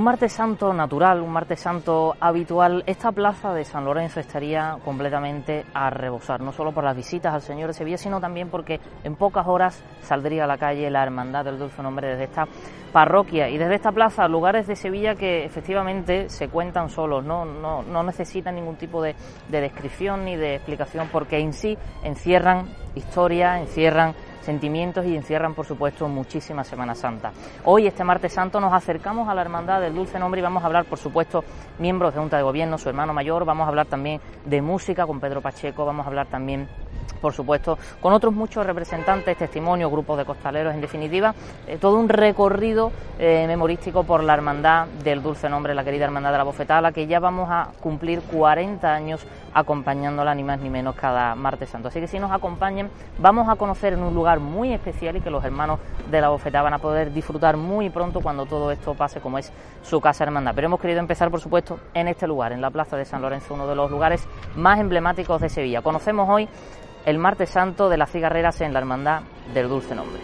martes santo natural, un martes santo habitual, esta plaza de San Lorenzo estaría completamente a rebosar, no solo por las visitas al Señor de Sevilla, sino también porque en pocas horas saldría a la calle la Hermandad del Dulce Nombre desde esta parroquia y desde esta plaza, lugares de Sevilla que efectivamente se cuentan solos, no necesitan ningún tipo de descripción ni de explicación, porque en sí encierran historia, encierran sentimientos y encierran, por supuesto, muchísima Semana Santa. Hoy, este martes santo, nos acercamos a la Hermandad del Dulce Nombre y vamos a hablar, por supuesto, miembros de Junta de Gobierno, su hermano mayor, vamos a hablar también de música con Pedro Pacheco, vamos a hablar también, por supuesto, con otros muchos representantes, testimonios, grupos de costaleros, en definitiva, todo un recorrido memorístico por la Hermandad del Dulce Nombre, la querida Hermandad de la Bofetada, a la que ya vamos a cumplir 40 años acompañándola, ni más ni menos, cada martes santo. Así que si nos acompañen, vamos a conocer en un lugar muy especial y que los hermanos de la Bofetada van a poder disfrutar muy pronto cuando todo esto pase, como es su casa hermandad. Pero hemos querido empezar, por supuesto, en este lugar, en la plaza de San Lorenzo, uno de los lugares más emblemáticos de Sevilla. Conocemos hoy el martes santo de las cigarreras en la Hermandad del Dulce Nombre.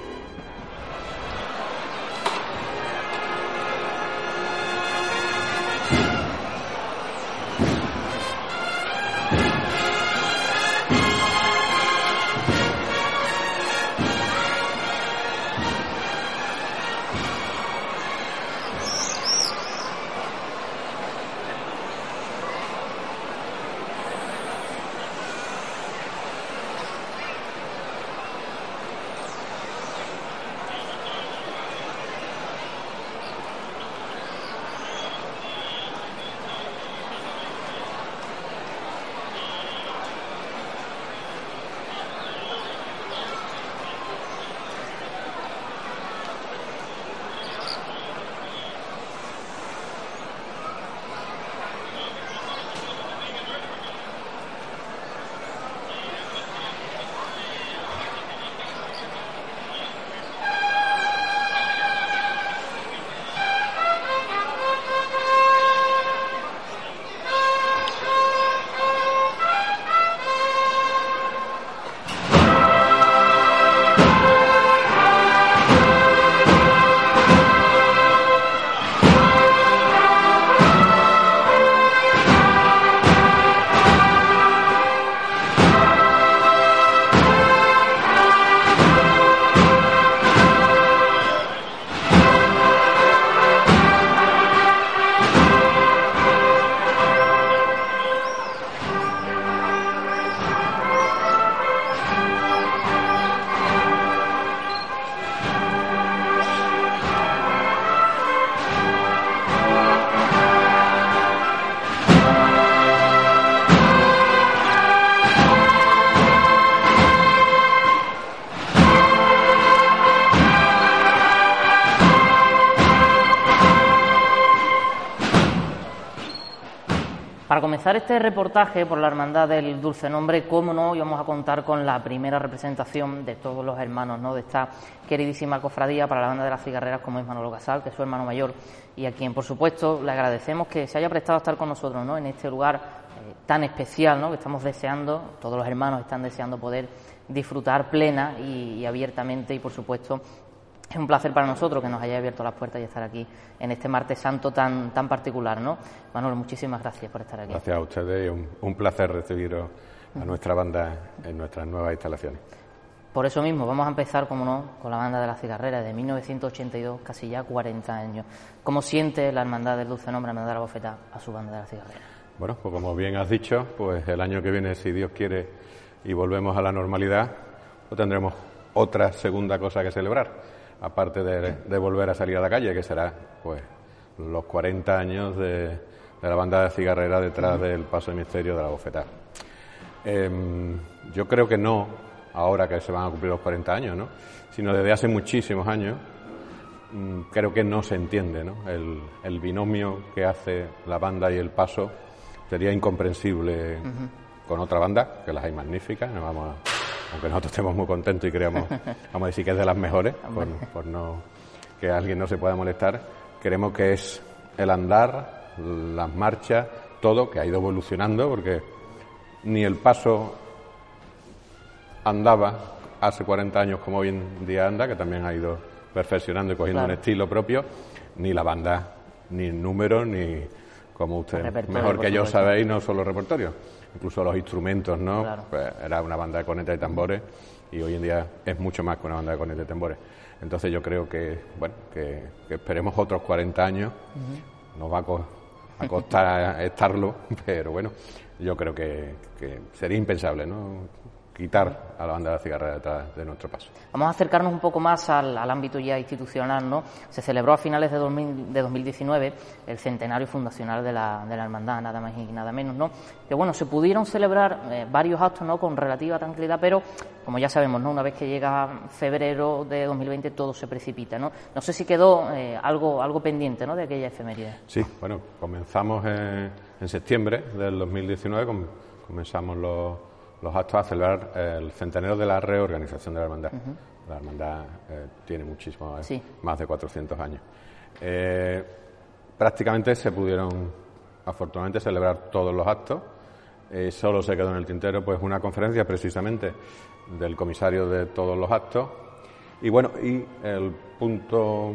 Para comenzar este reportaje por la Hermandad del Dulce Nombre, cómo no, íbamos a contar con la primera representación de todos los hermanos, ¿no?, de esta queridísima cofradía para la Banda de las Cigarreras, como es Manolo Casal, que es su hermano mayor, y a quien, por supuesto, le agradecemos que se haya prestado a estar con nosotros, ¿no?, en este lugar tan especial, ¿no?, que estamos deseando, todos los hermanos están deseando poder disfrutar plena y abiertamente, y por supuesto es un placer para nosotros que nos haya abierto las puertas y estar aquí en este martes santo tan particular, ¿no? Manolo, muchísimas gracias por estar aquí. Gracias a ustedes y un placer recibiros a nuestra banda en nuestras nuevas instalaciones. Por eso mismo, vamos a empezar, como no, con la Banda de las Cigarreras de 1982, casi ya 40 años. ¿Cómo siente la Hermandad del Dulce Nombre, la Hermandad de la Bofetada, a su Banda de las Cigarreras? Bueno, pues como bien has dicho, pues el año que viene, si Dios quiere, y volvemos a la normalidad, pues tendremos otra segunda cosa que celebrar, aparte de volver a salir a la calle, que será pues los 40 años de la Banda de Cigarreras detrás del Paso de Misterio de la Bofetada. Yo creo que no ahora que se van a cumplir los 40 años, ¿no?, sino desde hace muchísimos años. Creo que no se entiende, ¿no?, el binomio que hace la banda y el paso sería incomprensible con otra banda, que las hay magníficas, no vamos a... aunque nosotros estemos muy contentos y creamos, vamos a decir que es de las mejores, por no que alguien no se pueda molestar, creemos que es el andar, las marchas, todo, que ha ido evolucionando, porque ni el paso andaba hace 40 años como hoy en día anda, que también ha ido perfeccionando y cogiendo un estilo propio, ni la banda ni números, ni, como usted mejor que yo supuesto. sabéis, no solo repertorio, incluso los instrumentos, ¿no? Claro. Pues era una banda de cornetas y tambores, y hoy en día es mucho más que una banda de cornetas y tambores. Entonces yo creo que, bueno, que esperemos otros 40 años, nos va a costar estarlo, pero bueno, yo creo que sería impensable, ¿no?, quitar a la banda de la cigarrera detrás de nuestro paso. Vamos a acercarnos un poco más al ámbito ya institucional, ¿no? Se celebró a finales de 2019 el centenario fundacional de la hermandad, nada más y nada menos, ¿no? Que bueno, se pudieron celebrar varios actos, ¿no?, con relativa tranquilidad, pero como ya sabemos, ¿no?, una vez que llega febrero de 2020 todo se precipita, ¿no? No sé si quedó algo pendiente, ¿no?, de aquella efeméride. Sí, bueno, comenzamos en septiembre del 2019, comenzamos los actos a celebrar el centenario de la reorganización de la hermandad. La hermandad tiene muchísimo, sí, más de 400 años. Prácticamente se pudieron, afortunadamente, celebrar todos los actos. Solo se quedó en el tintero pues una conferencia precisamente del comisario de todos los actos. Y bueno, y el punto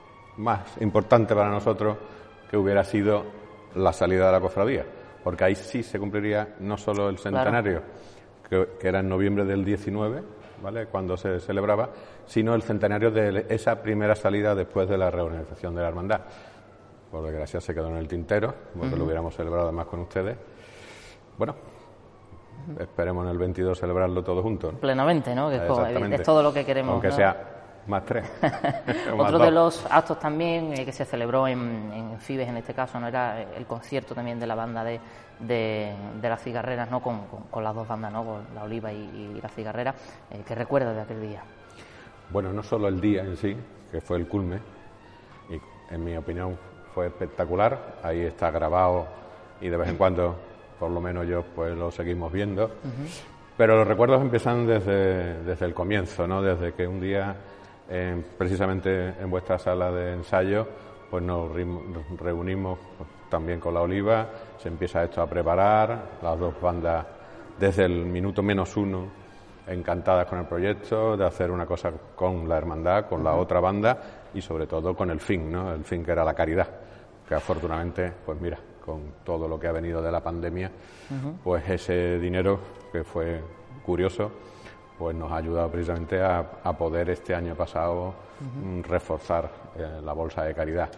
más importante para nosotros que hubiera sido la salida de la cofradía, porque ahí sí se cumpliría no solo el centenario, claro, que era en noviembre del 19, ¿vale?, cuando se celebraba, sino el centenario de esa primera salida después de la reorganización de la hermandad. Por desgracia se quedó en el tintero, porque lo hubiéramos celebrado además con ustedes. Bueno, esperemos en el 22 celebrarlo todos juntos, ¿no? Plenamente, ¿no? Que es todo lo que queremos. Aunque, ¿no?, sea más 3. Otro de los actos también que se celebró en Fibes, en este caso, no era el concierto también de la banda de las cigarreras, ¿no?, con las dos bandas, ¿no?, con la Oliva y la Cigarrera. ¿Qué recuerdas de aquel día? Bueno, no solo el día en sí, que fue el culmen, y en mi opinión fue espectacular. Ahí está grabado y de vez en cuando, por lo menos yo, pues lo seguimos viendo. Pero los recuerdos empiezan desde el comienzo, ¿no? Desde que un día, precisamente en vuestra sala de ensayo, pues nos reunimos pues, también con la Oliva, se empieza esto a preparar, las dos bandas desde el minuto -1 encantadas con el proyecto, de hacer una cosa con la hermandad, con la otra banda y sobre todo con el fin, ¿no? El fin que era la caridad, que afortunadamente, pues mira, con todo lo que ha venido de la pandemia, pues ese dinero, que fue curioso, pues nos ha ayudado precisamente a poder este año pasado reforzar la bolsa de caridad.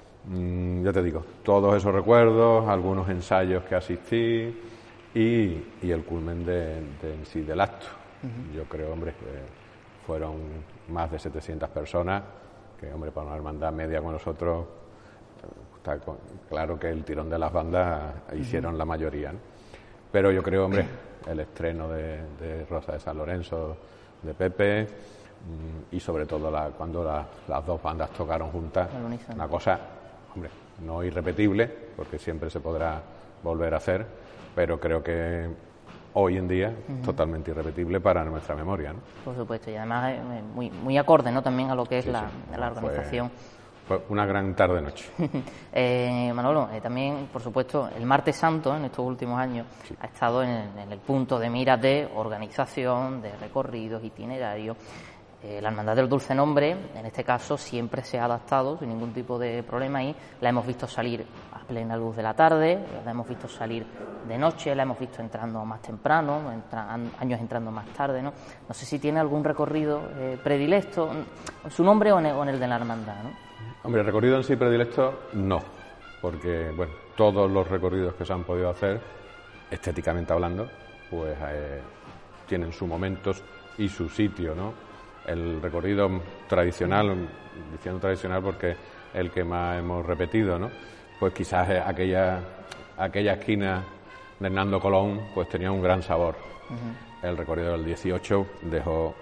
Ya te digo, todos esos recuerdos, algunos ensayos que asistí y el culmen en sí del acto. Yo creo, hombre, que fueron más de 700 personas, que, hombre, para una hermandad media con nosotros, está claro que el tirón de las bandas hicieron la mayoría, ¿no? Pero yo creo, hombre, el estreno de Rosa de San Lorenzo, de Pepe, y sobre todo cuando las dos bandas tocaron juntas, una cosa, hombre, no irrepetible, porque siempre se podrá volver a hacer, pero creo que hoy en día totalmente irrepetible para nuestra memoria, ¿no? Por supuesto, y además muy acorde, ¿no?, también a lo que es la organización. Fue una gran tarde-noche. Manolo, también, por supuesto, el Martes Santo en estos últimos años ha estado en el punto de mira de organización, de recorridos, itinerarios. La Hermandad del Dulce Nombre, en este caso, siempre se ha adaptado sin ningún tipo de problema y la hemos visto salir a plena luz de la tarde, la hemos visto salir de noche, la hemos visto entrando más temprano, años entrando más tarde, ¿no? No sé si tiene algún recorrido predilecto, en su nombre o en el de la Hermandad, ¿no? Hombre, el recorrido en sí predilecto, no, porque, bueno, todos los recorridos que se han podido hacer, estéticamente hablando, pues tienen su momento y su sitio, ¿no? El recorrido tradicional, diciendo tradicional porque el que más hemos repetido, ¿no? Pues quizás aquella esquina de Hernando Colón pues tenía un gran sabor. El recorrido del 18 dejó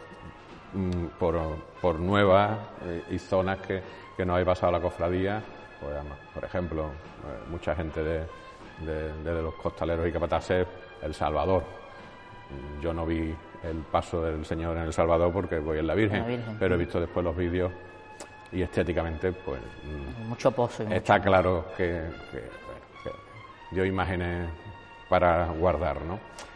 por nuevas y zonas que nos había pasado la cofradía, pues, por ejemplo, mucha gente de los costaleros y capataces, El Salvador. Yo no vi el paso del Señor en El Salvador porque voy en la Virgen, pero he visto después los vídeos y estéticamente, pues... mucho pozo. Está claro que dio imágenes para guardar, ¿no?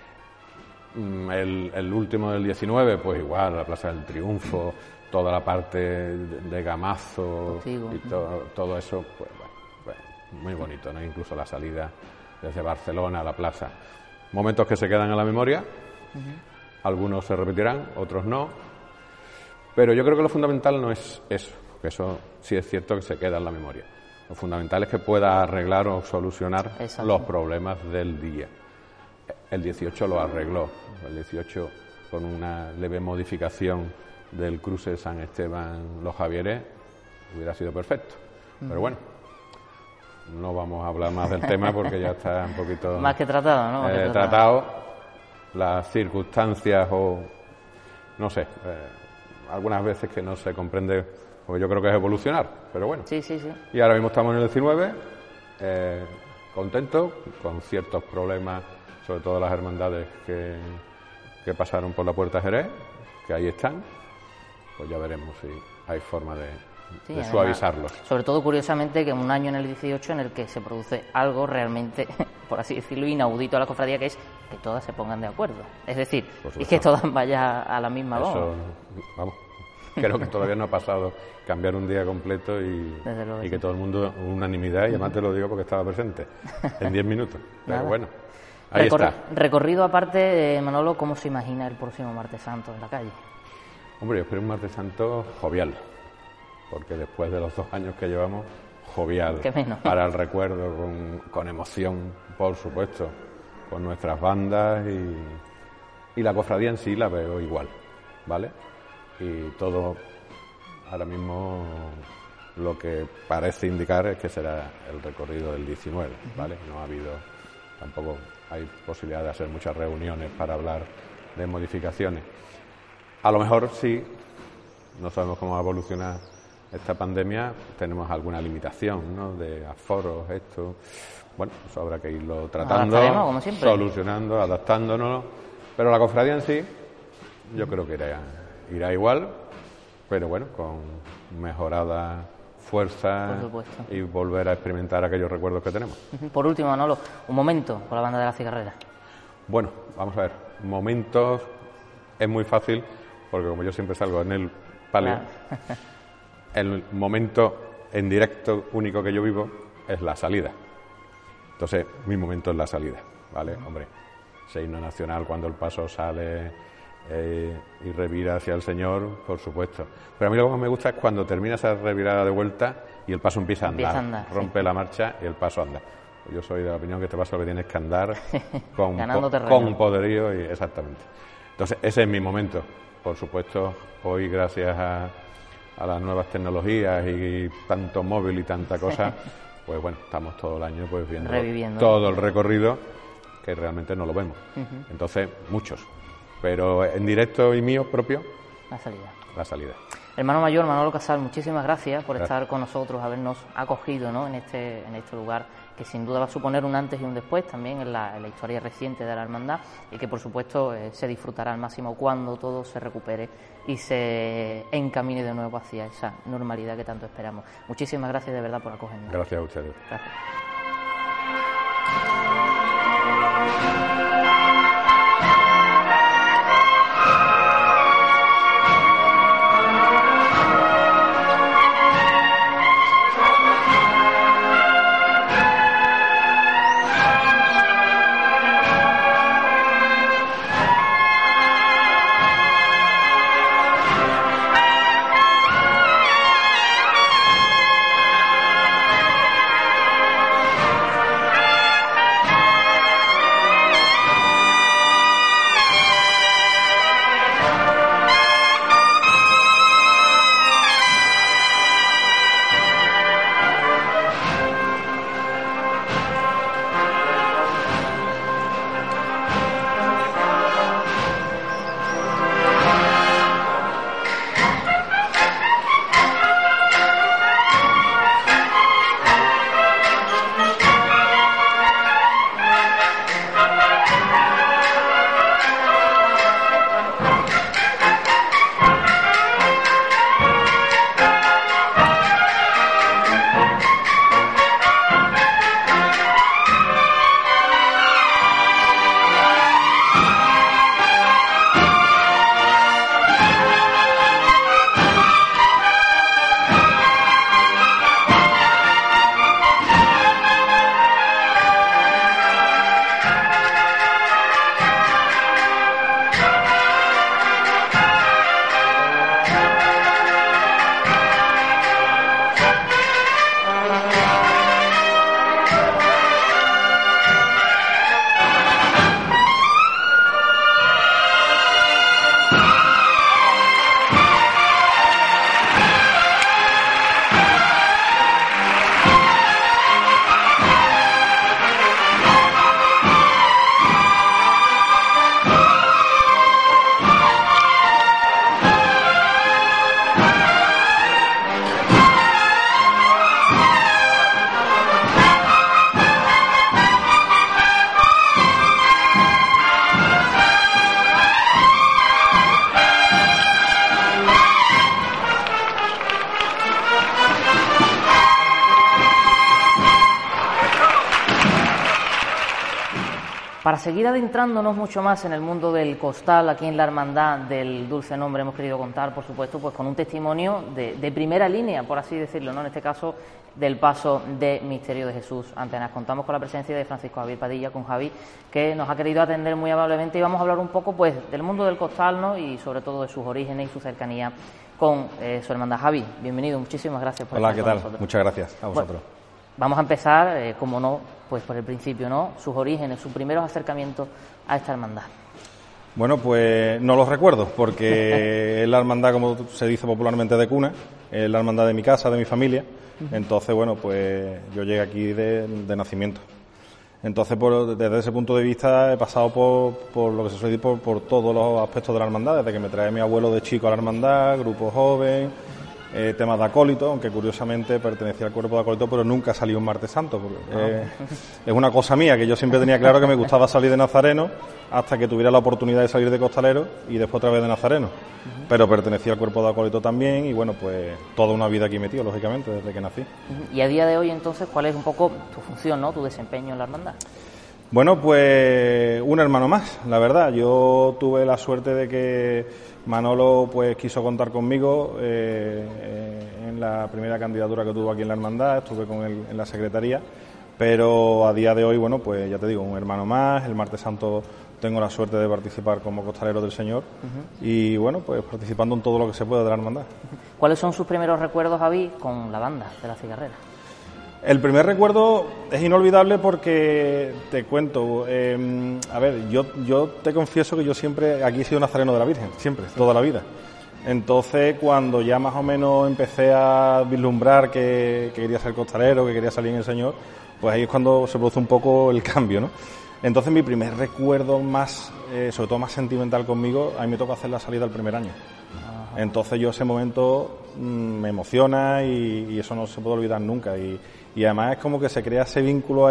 El último del 19, pues igual, la Plaza del Triunfo, toda la parte de Gamazo y todo eso, pues muy bonito, ¿no? Incluso la salida desde Barcelona a la plaza. Momentos que se quedan en la memoria, algunos se repetirán, otros no, pero yo creo que lo fundamental no es eso, porque eso sí es cierto que se queda en la memoria. Lo fundamental es que pueda arreglar o solucionar los problemas del día. El 18 lo arregló, el 18 con una leve modificación del cruce de San Esteban Los Javieres hubiera sido perfecto, pero bueno, no vamos a hablar más del tema porque ya está un poquito más que tratado, ¿no? Tratado, las circunstancias o no sé, algunas veces que no se comprende, porque yo creo que es evolucionar, pero bueno. Sí. Y ahora mismo estamos en el 19, contentos, con ciertos problemas, sobre todo las hermandades que pasaron por la Puerta Jerez, que ahí están, pues ya veremos si hay forma de suavizarlos. Sobre todo, curiosamente, que un año en el 18 en el que se produce algo realmente, por así decirlo, inaudito a la cofradía, que es que todas se pongan de acuerdo. Es decir, y que todas vayan a la misma vamos. Creo que todavía no ha pasado cambiar un día completo y que todo el mundo, unanimidad, y además te lo digo porque estaba presente, en 10 minutos. Pero bueno, ahí está. Recorrido aparte, Manolo, ¿cómo se imagina el próximo Martes Santo en la calle? Hombre, yo espero un Martes Santo jovial, porque después de los 2 años que llevamos, jovial, para el recuerdo, con emoción, por supuesto, con nuestras bandas y la cofradía en sí la veo igual, ¿vale? Y todo ahora mismo lo que parece indicar es que será el recorrido del 19, ¿vale? No ha habido, tampoco hay posibilidad de hacer muchas reuniones para hablar de modificaciones. A lo mejor sí, no sabemos cómo va a evolucionar esta pandemia, tenemos alguna limitación, ¿no? De aforos, esto. Bueno, eso habrá que irlo tratando, solucionando, adaptándonos. Pero la cofradía en sí, yo creo que irá igual, pero bueno, con mejorada fuerza y volver a experimentar aquellos recuerdos que tenemos. Por último, Manolo, un momento con la banda de la cigarrera. Bueno, vamos a ver, momentos es muy fácil, porque como yo siempre salgo en el palio, el momento en directo único que yo vivo es la salida. Entonces, mi momento es la salida, ¿vale? Hombre, ese himno nacional cuando el paso sale y revira hacia el Señor, por supuesto. Pero a mí lo que más me gusta es cuando termina esa revirada de vuelta y el paso empieza a andar, rompe la marcha y el paso anda. Yo soy de la opinión que este paso lo que tienes que andar con poderío y exactamente. Entonces, ese es mi momento. Por supuesto, hoy gracias a las nuevas tecnologías y tanto móvil y tanta cosa, pues bueno, estamos todo el año pues viendo todo el recorrido que realmente no lo vemos. Entonces, muchos. Pero en directo y mío propio, la salida. Hermano mayor Manolo Casal, muchísimas gracias por estar con nosotros, habernos acogido, ¿no? en este lugar que sin duda va a suponer un antes y un después también en la historia reciente de la hermandad, y que por supuesto se disfrutará al máximo cuando todo se recupere y se encamine de nuevo hacia esa normalidad que tanto esperamos. Muchísimas gracias de verdad por acogernos. Gracias a ustedes. Gracias. Para seguir adentrándonos mucho más en el mundo del costal, aquí en la Hermandad del Dulce Nombre hemos querido contar, por supuesto, pues con un testimonio de primera línea, por así decirlo, ¿no? En este caso, del paso de Misterio de Jesús ante Nas. Contamos con la presencia de Francisco Javier Padilla, con Javi, que nos ha querido atender muy amablemente, y vamos a hablar un poco pues del mundo del costal, ¿no? Y sobre todo de sus orígenes y su cercanía con su hermandad. Javi, bienvenido, muchísimas gracias por estar con nosotros. Hola, ¿qué tal? Muchas gracias a vosotros. Bueno, vamos a empezar, como no, pues por el principio, ¿no? Sus orígenes, sus primeros acercamientos a esta hermandad. Bueno, pues no los recuerdo, porque es la hermandad, como se dice popularmente, de cuna, es la hermandad de mi casa, de mi familia. Entonces, bueno, pues yo llegué aquí de nacimiento. Entonces, desde ese punto de vista he pasado por lo que se suele decir, por todos los aspectos de la hermandad, desde que me trae mi abuelo de chico a la hermandad, grupo joven, temas de acólito, aunque curiosamente pertenecía al cuerpo de acólito, pero nunca salió un martes santo. Porque, es una cosa mía, que yo siempre tenía claro que me gustaba salir de nazareno hasta que tuviera la oportunidad de salir de costalero y después otra vez de nazareno. Pero pertenecía al cuerpo de acólito también y bueno, pues toda una vida aquí metido, lógicamente, desde que nací. Y a día de hoy, entonces, ¿cuál es un poco tu función, ¿no? Tu desempeño en la hermandad? Bueno, pues un hermano más, la verdad. Yo tuve la suerte de que Manolo pues quiso contar conmigo en la primera candidatura que tuvo aquí en la hermandad, estuve con él en la secretaría, pero a día de hoy, bueno, pues ya te digo, un hermano más. El martes santo tengo la suerte de participar como costalero del Señor y bueno, pues participando en todo lo que se puede de la hermandad. ¿Cuáles son sus primeros recuerdos, Javi, con la banda de la cigarrera? El primer recuerdo es inolvidable porque, te cuento, a ver, yo te confieso que yo siempre, aquí he sido nazareno de la Virgen, siempre, toda la vida. Entonces, cuando ya más o menos empecé a vislumbrar que quería ser costalero, que quería salir en el Señor, pues ahí es cuando se produce un poco el cambio, ¿no? Entonces, mi primer recuerdo más, sobre todo más sentimental conmigo, a mí me toca hacer la salida el primer año. Entonces yo ese momento me emociona y eso no se puede olvidar nunca y además es como que se crea ese vínculo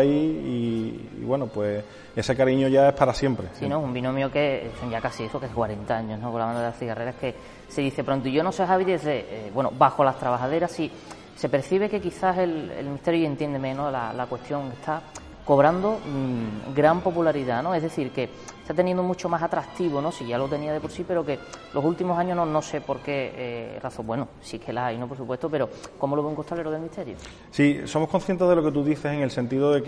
ahí y bueno, pues ese cariño ya es para siempre. Sí, ¿no? Un binomio que son ya casi eso, que es 40 años, ¿no? Con la banda de las cigarreras, que se dice pronto. Y yo no sé, Javi, desde, bueno, bajo las trabajaderas, si se percibe que quizás el misterio, y entiéndeme, ¿no? La cuestión está cobrando gran popularidad, ¿no? Es decir, que está teniendo mucho más atractivo, ¿no? Si ya lo tenía de por sí, pero que los últimos años no sé por qué razón. Bueno, sí que la hay, ¿no? Por supuesto, pero ¿cómo lo ve un costalero del misterio? Sí, somos conscientes de lo que tú dices en el sentido de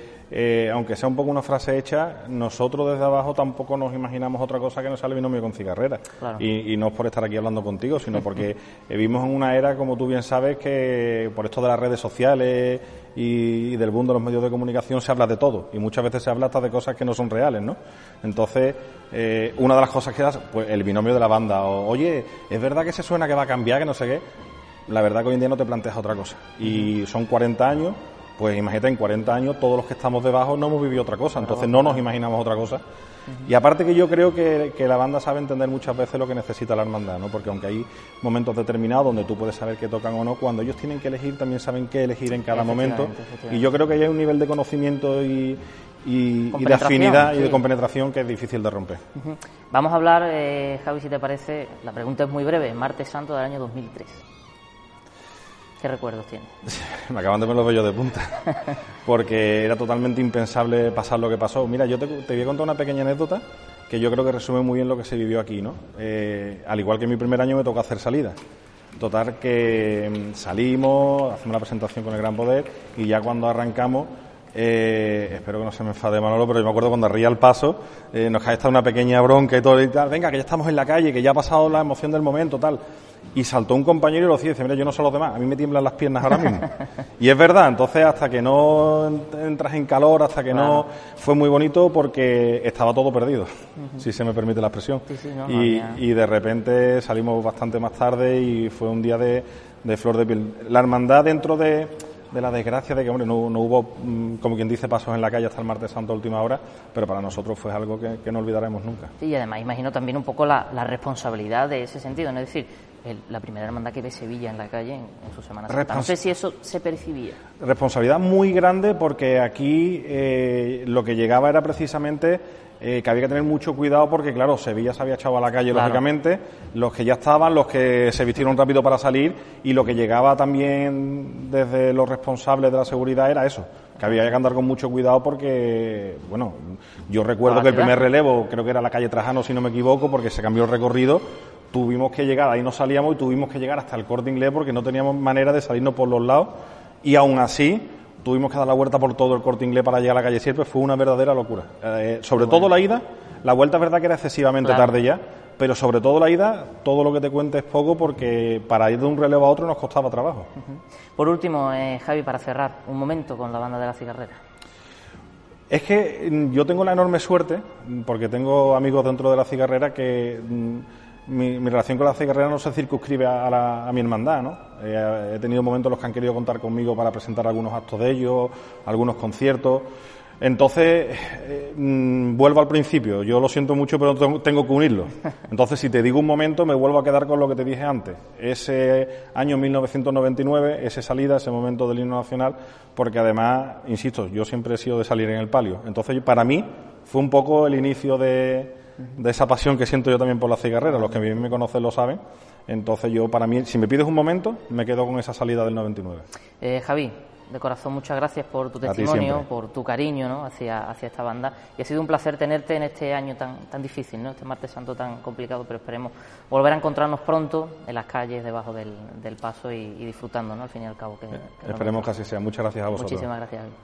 que, aunque sea un poco una frase hecha, nosotros desde abajo tampoco nos imaginamos otra cosa que no sea el binomio con cigarrera. Claro. Y no es por estar aquí hablando contigo, sino porque vivimos en una era, como tú bien sabes, que por esto de las redes sociales y del boom de los medios de comunicación se habla de todo y muchas veces se habla hasta de cosas que no son reales, ¿no? Entonces, una de las cosas que da, pues el binomio de la banda, oye, ¿es verdad que se suena que va a cambiar, que no sé qué? La verdad que hoy en día no te planteas otra cosa. Y son 40 años, pues imagínate, en 40 años todos los que estamos debajo no hemos vivido otra cosa, entonces no nos imaginamos otra cosa. Y aparte que yo creo que la banda sabe entender muchas veces lo que necesita la hermandad, ¿no? Porque aunque hay momentos determinados donde tú puedes saber qué tocan o no, cuando ellos tienen que elegir también saben qué elegir en cada momento. Y yo creo que hay un nivel de conocimiento y de afinidad y de compenetración que es difícil de romper. Vamos a hablar, Javi, si te parece, la pregunta es muy breve, Martes Santo del año 2003. ¿Qué recuerdos tienes? Me acaban de ver los vellos de punta, porque era totalmente impensable pasar lo que pasó. Mira, yo te voy a contar una pequeña anécdota que yo creo que resume muy bien lo que se vivió aquí, ¿no? Al igual que en mi primer año me tocó hacer salida. Total que salimos, hacemos la presentación con el Gran Poder y ya cuando arrancamos, espero que no se me enfade Manolo, pero yo me acuerdo cuando arría el paso, nos cae esta una pequeña bronca y todo y tal, venga, que ya estamos en la calle, que ya ha pasado la emoción del momento, tal. Y saltó un compañero y lo decía, dice, mira, yo no sé los demás, a mí me tiemblan las piernas ahora mismo. Y es verdad, entonces hasta que no entras en calor, hasta que no, fue muy bonito porque estaba todo perdido, si se me permite la expresión. Sí, no, y de repente salimos bastante más tarde y fue un día de flor de piel. La hermandad dentro de la desgracia de que, hombre, no hubo, como quien dice, pasos en la calle hasta el martes santo a última hora, pero para nosotros fue algo que no olvidaremos nunca. Sí, y además imagino también un poco la responsabilidad de ese sentido, ¿no? Es decir, la primera hermandad que ve Sevilla en la calle en su Semana Santa. No sé si eso se percibía. Responsabilidad muy grande porque aquí lo que llegaba era precisamente que había que tener mucho cuidado porque, claro, Sevilla se había echado a la calle, claro, lógicamente, los que ya estaban, los que se vistieron rápido para salir y lo que llegaba también desde los responsables de la seguridad era eso, que había que andar con mucho cuidado porque, bueno, Yo recuerdo que el primer relevo, creo que era la calle Trajano, si no me equivoco, porque se cambió el recorrido, tuvimos que llegar, ahí no salíamos y tuvimos que llegar hasta el Corte Inglés porque no teníamos manera de salirnos por los lados, y aún así tuvimos que dar la vuelta por todo el Corte Inglés para llegar a la calle Sierpe. Fue una verdadera locura. Sobre todo la ida, la vuelta es verdad que era excesivamente tarde ya, pero sobre todo la ida, todo lo que te cuente es poco porque para ir de un relevo a otro nos costaba trabajo. Por último, Javi, para cerrar, un momento con la banda de La Cigarrera. Es que yo tengo la enorme suerte, porque tengo amigos dentro de La Cigarrera, que mi relación con La Cigarrera no se circunscribe a mi hermandad, ¿no? He tenido momentos en los que han querido contar conmigo para presentar algunos actos de ellos, algunos conciertos. Entonces, vuelvo al principio. Yo lo siento mucho, pero tengo que unirlo. Entonces, si te digo un momento, me vuelvo a quedar con lo que te dije antes. Ese año 1999, esa salida, ese momento del himno nacional, porque además, insisto, yo siempre he sido de salir en el palio. Entonces, para mí, fue un poco el inicio de esa pasión que siento yo también por La Cigarrera. Los que bien me conocen lo saben. Entonces, yo, para mí, si me pides un momento, me quedo con esa salida del 99. Javi, de corazón, muchas gracias por tu testimonio, por tu cariño, ¿no?, hacia esta banda. Y ha sido un placer tenerte en este año tan difícil, ¿no?, este Martes Santo tan complicado, pero esperemos volver a encontrarnos pronto en las calles, debajo del paso y disfrutando, ¿no?, al fin y al cabo. Esperemos que así sea. Muchas gracias a vosotros. Muchísimas gracias, Javi.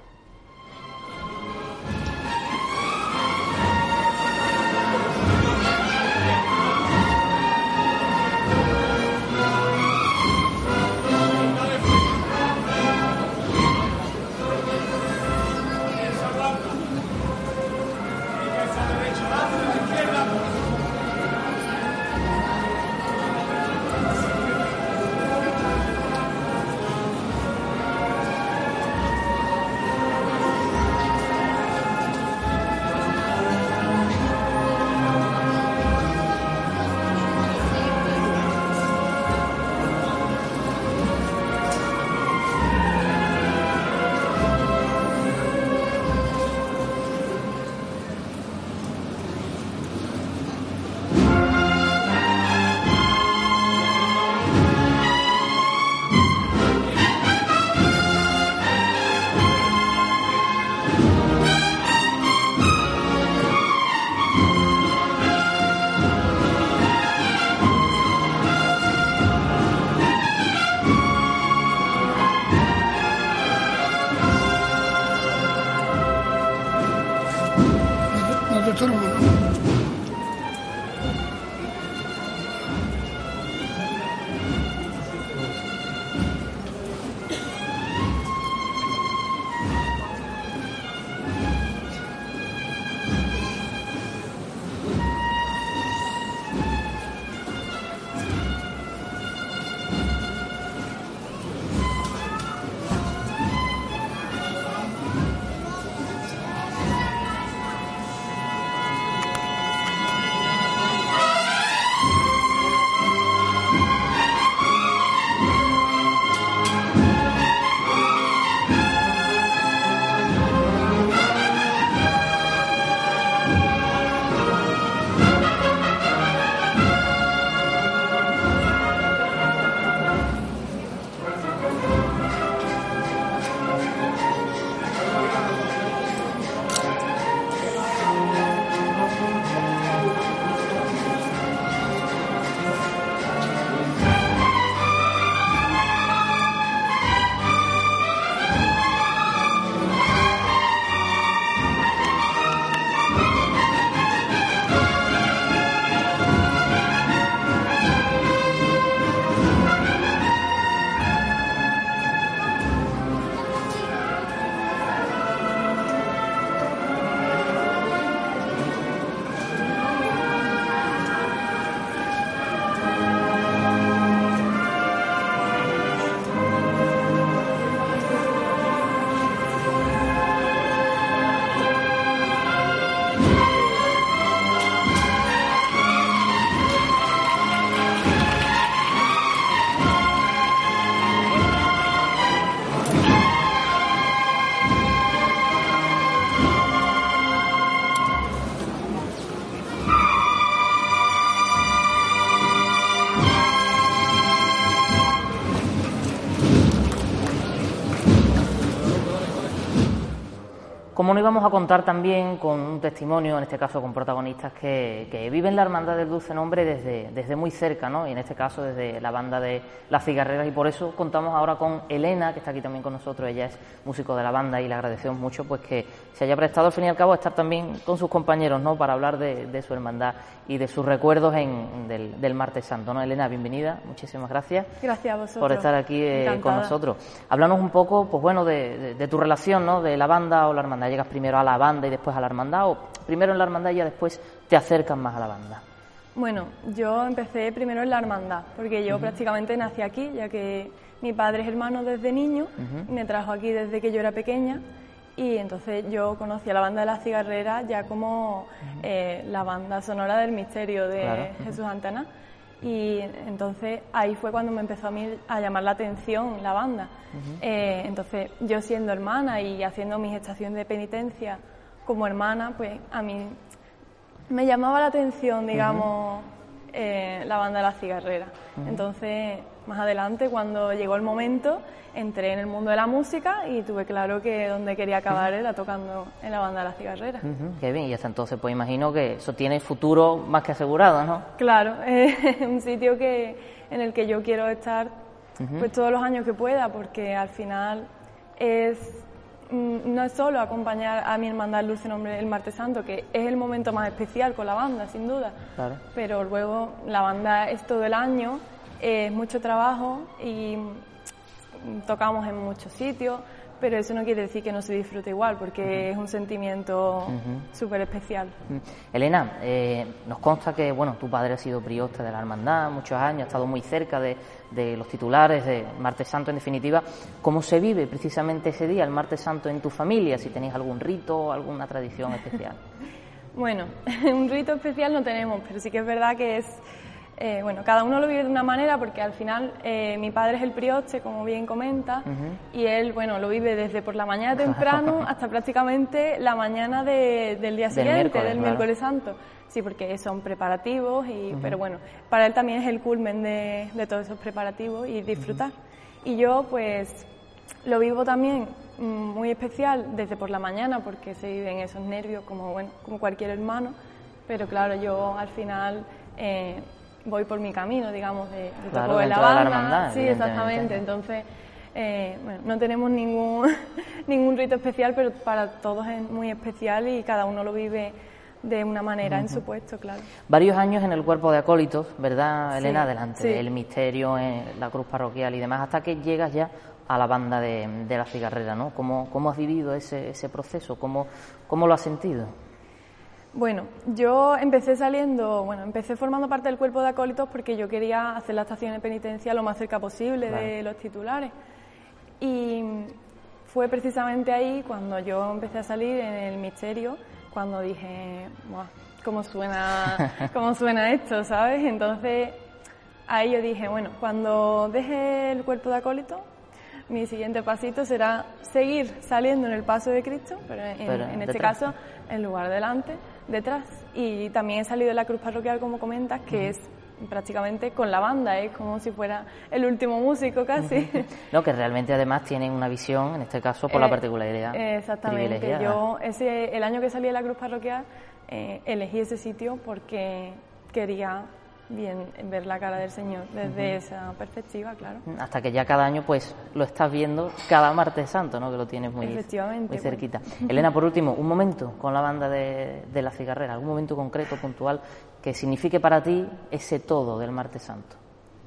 Como no íbamos a contar también con un testimonio, en este caso con protagonistas que viven la Hermandad del Dulce Nombre desde muy cerca, ¿no? Y en este caso desde la banda de Las Cigarreras, y por eso contamos ahora con Elena, que está aquí también con nosotros. Ella es músico de la banda y le agradecemos mucho pues que se haya prestado al fin y al cabo a estar también con sus compañeros, ¿no? Para hablar de su hermandad y de sus recuerdos del Martes Santo, ¿no? Elena, bienvenida, muchísimas gracias. Gracias a vosotros. Por estar aquí con nosotros. Háblanos un poco, pues bueno, de tu relación, ¿no? De la banda o la hermandad. ¿Llegas primero a la banda y después a la hermandad, o primero en la hermandad y ya después te acercas más a la banda? Bueno, yo empecé primero en la hermandad, porque yo prácticamente nací aquí, ya que mi padre es hermano desde niño, y me trajo aquí desde que yo era pequeña, y entonces yo conocí a la banda de Las Cigarreras ya como la banda sonora del misterio de Jesús Antana, y entonces ahí fue cuando me empezó a mí a llamar la atención la banda. Entonces yo siendo hermana y haciendo mi gestación de penitencia como hermana, pues a mí me llamaba la atención, digamos, la banda de Las Cigarreras. Entonces, más adelante, cuando llegó el momento, entré en el mundo de la música y tuve claro que donde quería acabar era tocando en la banda de Las Cigarreras. Qué bien, y hasta entonces pues imagino que eso tiene futuro más que asegurado, ¿no? Claro, es un sitio en el que yo quiero estar pues todos los años que pueda, porque al final no es solo acompañar a mi hermandad el Dulce Nombre el Martes Santo, que es el momento más especial con la banda, sin duda, pero luego la banda es todo el año, es mucho trabajo y tocamos en muchos sitios, pero eso no quiere decir que no se disfrute igual, porque es un sentimiento súper especial. Elena, nos consta que bueno, tu padre ha sido prioste de la hermandad muchos años, ha estado muy cerca de los titulares de Martes Santo, en definitiva. ¿Cómo se vive precisamente ese día, el Martes Santo, en tu familia? Si tenéis algún rito, alguna tradición especial. Bueno, un rito especial no tenemos, pero sí que es verdad que es... bueno, cada uno lo vive de una manera, porque al final mi padre es el prioste, como bien comenta, y él, bueno, lo vive desde por la mañana temprano hasta prácticamente la mañana del día siguiente, del miércoles santo. Sí, porque son preparativos, pero bueno, para él también es el culmen de todos esos preparativos y disfrutar. Y yo, pues, lo vivo también muy especial desde por la mañana, porque se viven esos nervios como cualquier hermano, pero claro, yo al final... voy por mi camino, digamos, de toco de la banda. De la hermandad, sí, exactamente. Entonces, bueno, no tenemos ningún rito especial, pero para todos es muy especial y cada uno lo vive de una manera en su puesto, claro. Varios años en el cuerpo de acólitos, ¿verdad, Elena? Sí, delante del misterio, en la cruz parroquial y demás, hasta que llegas ya a la banda de La Cigarrera, ¿no? ¿Cómo has vivido ese proceso? ¿Cómo lo has sentido? Bueno, yo empecé formando parte del cuerpo de acólitos porque yo quería hacer la estación de penitencia lo más cerca posible de los titulares. Y fue precisamente ahí cuando yo empecé a salir en el misterio, cuando dije, ¡buah! ¿Cómo suena esto?, ¿sabes? Entonces, ahí yo dije, bueno, cuando deje el cuerpo de acólitos, mi siguiente pasito será seguir saliendo en el paso de Cristo, pero en este caso, en lugar delante, detrás. Y también he salido de la cruz parroquial, como comentas, que es prácticamente con la banda, es como si fuera el último músico casi. No, que realmente además tienen una visión, en este caso, por la particularidad. Exactamente. Yo el año que salí de la cruz parroquial elegí ese sitio porque quería ver la cara del Señor desde esa perspectiva, claro. Hasta que ya cada año pues lo estás viendo cada Martes Santo, ¿no? Que lo tienes muy cerquita. Bueno. Elena, por último, un momento con la banda de La Cigarrera, algún momento concreto, puntual, que signifique para ti ese todo del Martes Santo.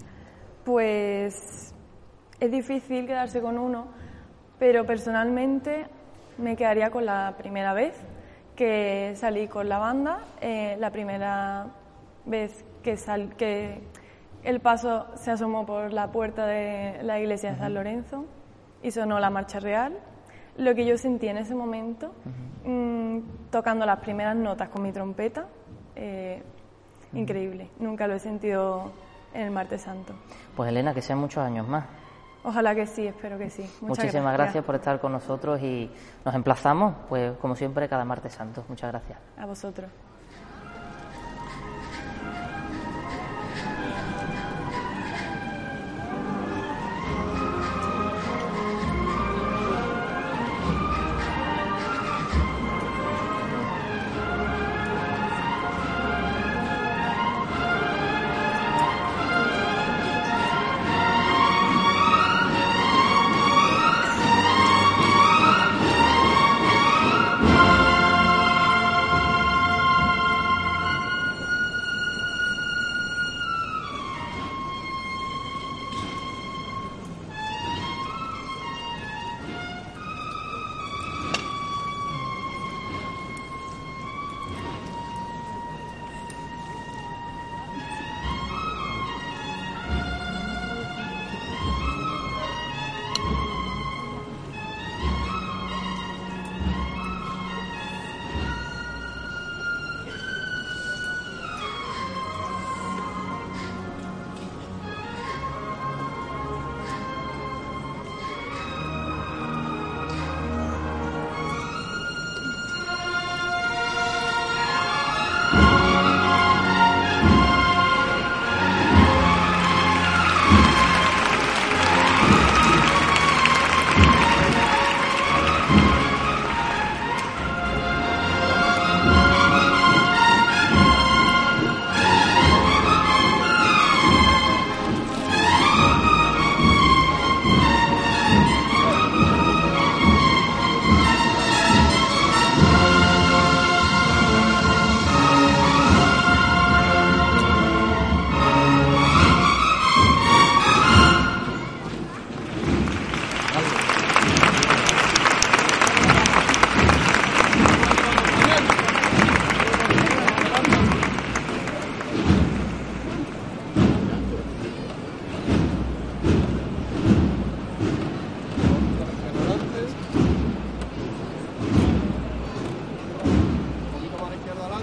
Pues es difícil quedarse con uno, pero personalmente me quedaría con la primera vez que salí con la banda, la primera vez que el paso se asomó por la puerta de la iglesia de San Lorenzo y sonó la marcha real. Lo que yo sentí en ese momento, tocando las primeras notas con mi trompeta, increíble. Nunca lo he sentido en el Martes Santo. Pues Elena, que sean muchos años más. Ojalá que sí, espero que sí. Muchísimas gracias por estar con nosotros y nos emplazamos, pues como siempre, cada Martes Santo. Muchas gracias. A vosotros.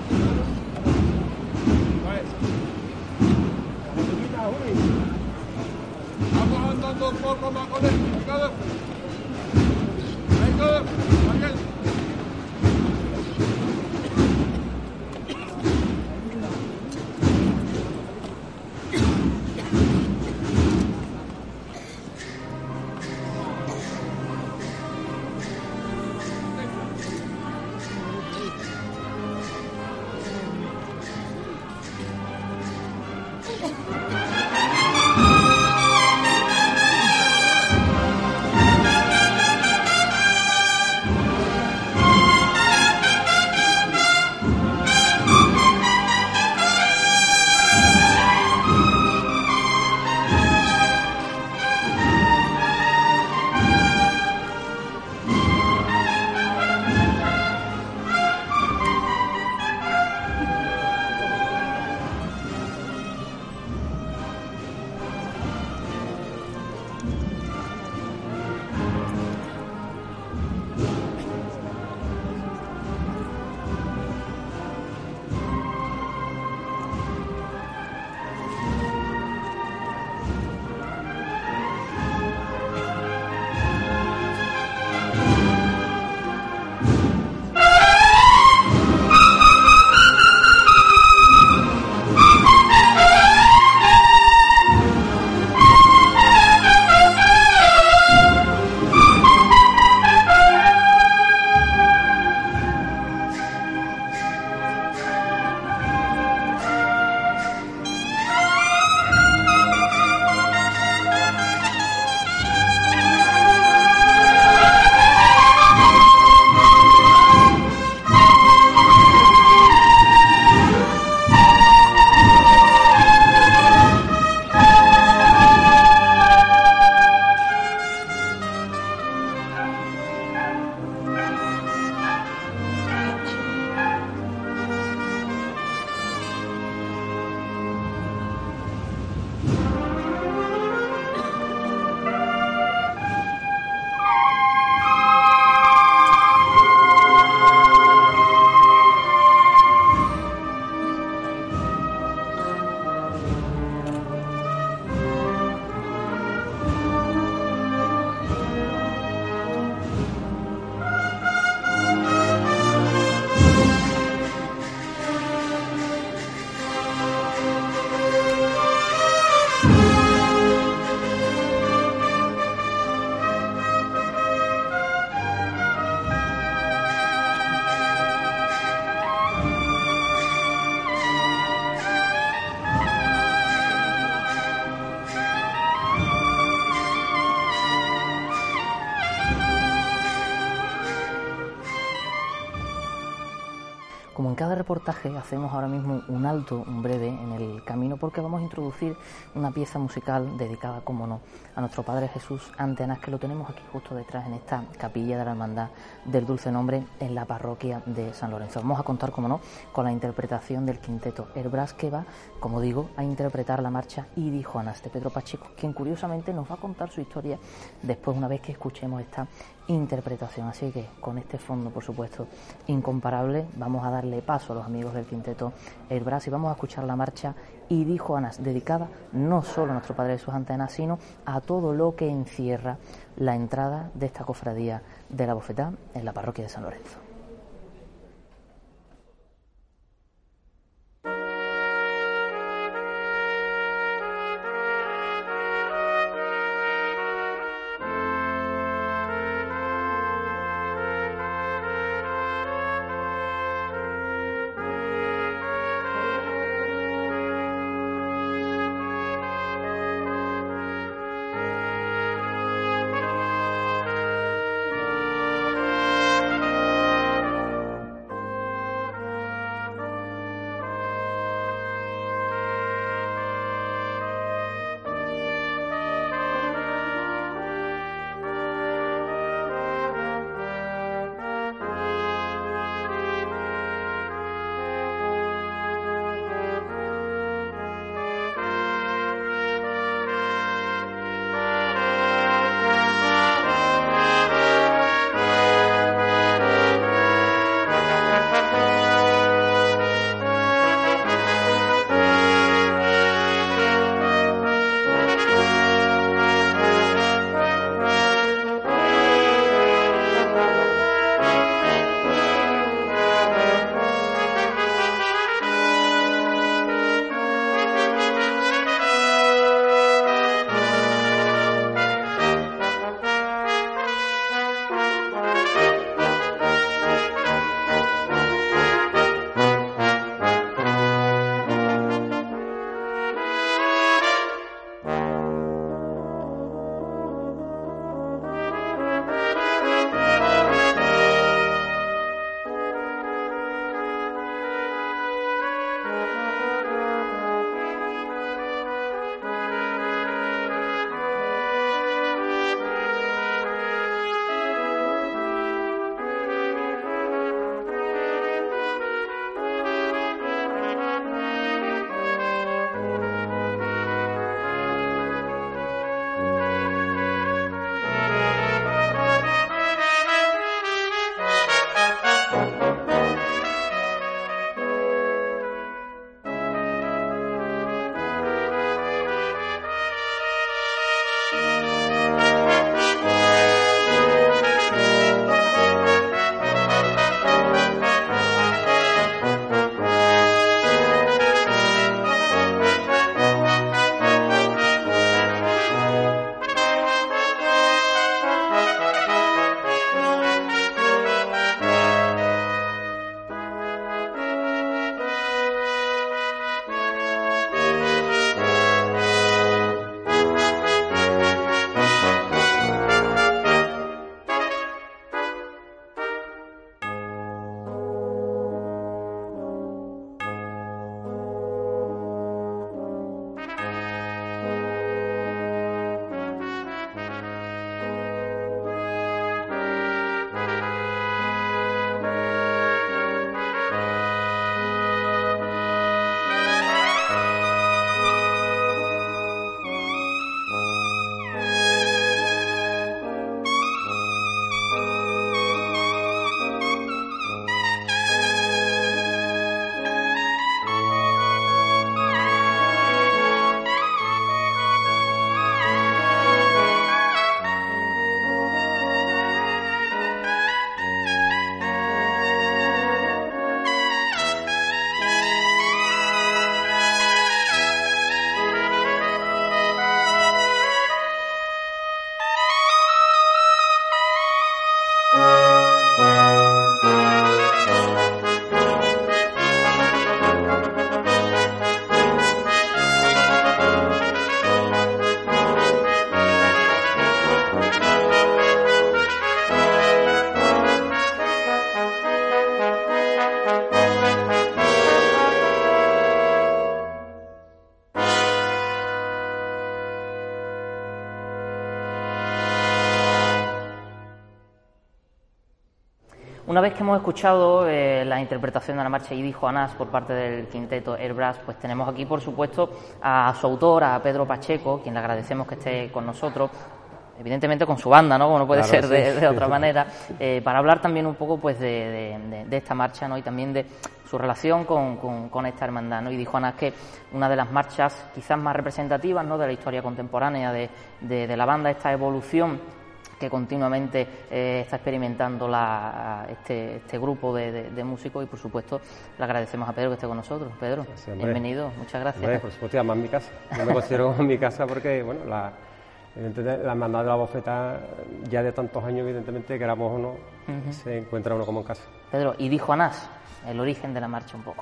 Vamos andando un poco más con él. Venga, venga. Como en cada reportaje, hacemos ahora mismo un alto, un breve, en el camino, porque vamos a introducir una pieza musical dedicada, como no, a nuestro Padre Jesús ante Anás, que lo tenemos aquí justo detrás, en esta capilla de la Hermandad del Dulce Nombre, en la parroquia de San Lorenzo. Vamos a contar, como no, con la interpretación del quinteto Herbras, que va, como digo, a interpretar la marcha Y dijo Anás, de Pedro Pacheco, quien curiosamente nos va a contar su historia después, una vez que escuchemos esta interpretación. Así que con este fondo, por supuesto, incomparable, vamos a darle paso a los amigos del quinteto Herbras y vamos a escuchar la marcha Y dijo Anás, dedicada no solo a nuestro Padre Jesús ante Anás, sino a todo lo que encierra la entrada de esta cofradía de la Bofetá en la parroquia de San Lorenzo. Una vez que hemos escuchado la interpretación de la marcha Y dijo Anás por parte del quinteto Air Brass, pues tenemos aquí, por supuesto, a su autor, a Pedro Pacheco, quien le agradecemos que esté con nosotros, evidentemente con su banda, ¿no? Como no puede ser de otra manera, para hablar también un poco pues de esta marcha, ¿no? Y también de su relación con esta hermandad, ¿no? Y dijo Anás que una de las marchas quizás más representativas, ¿no?, de la historia contemporánea de la banda, esta evolución que continuamente está experimentando este grupo de músicos, y por supuesto le agradecemos a Pedro que esté con nosotros. Pedro, sí, bienvenido, muchas gracias. Hombre, por supuesto, además mi casa, yo me considero como en mi casa porque, bueno, la hermandad de la Bofeta, ya de tantos años, evidentemente, queramos o no, se encuentra uno como en casa. Pedro, y dijo Anás, el origen de la marcha un poco.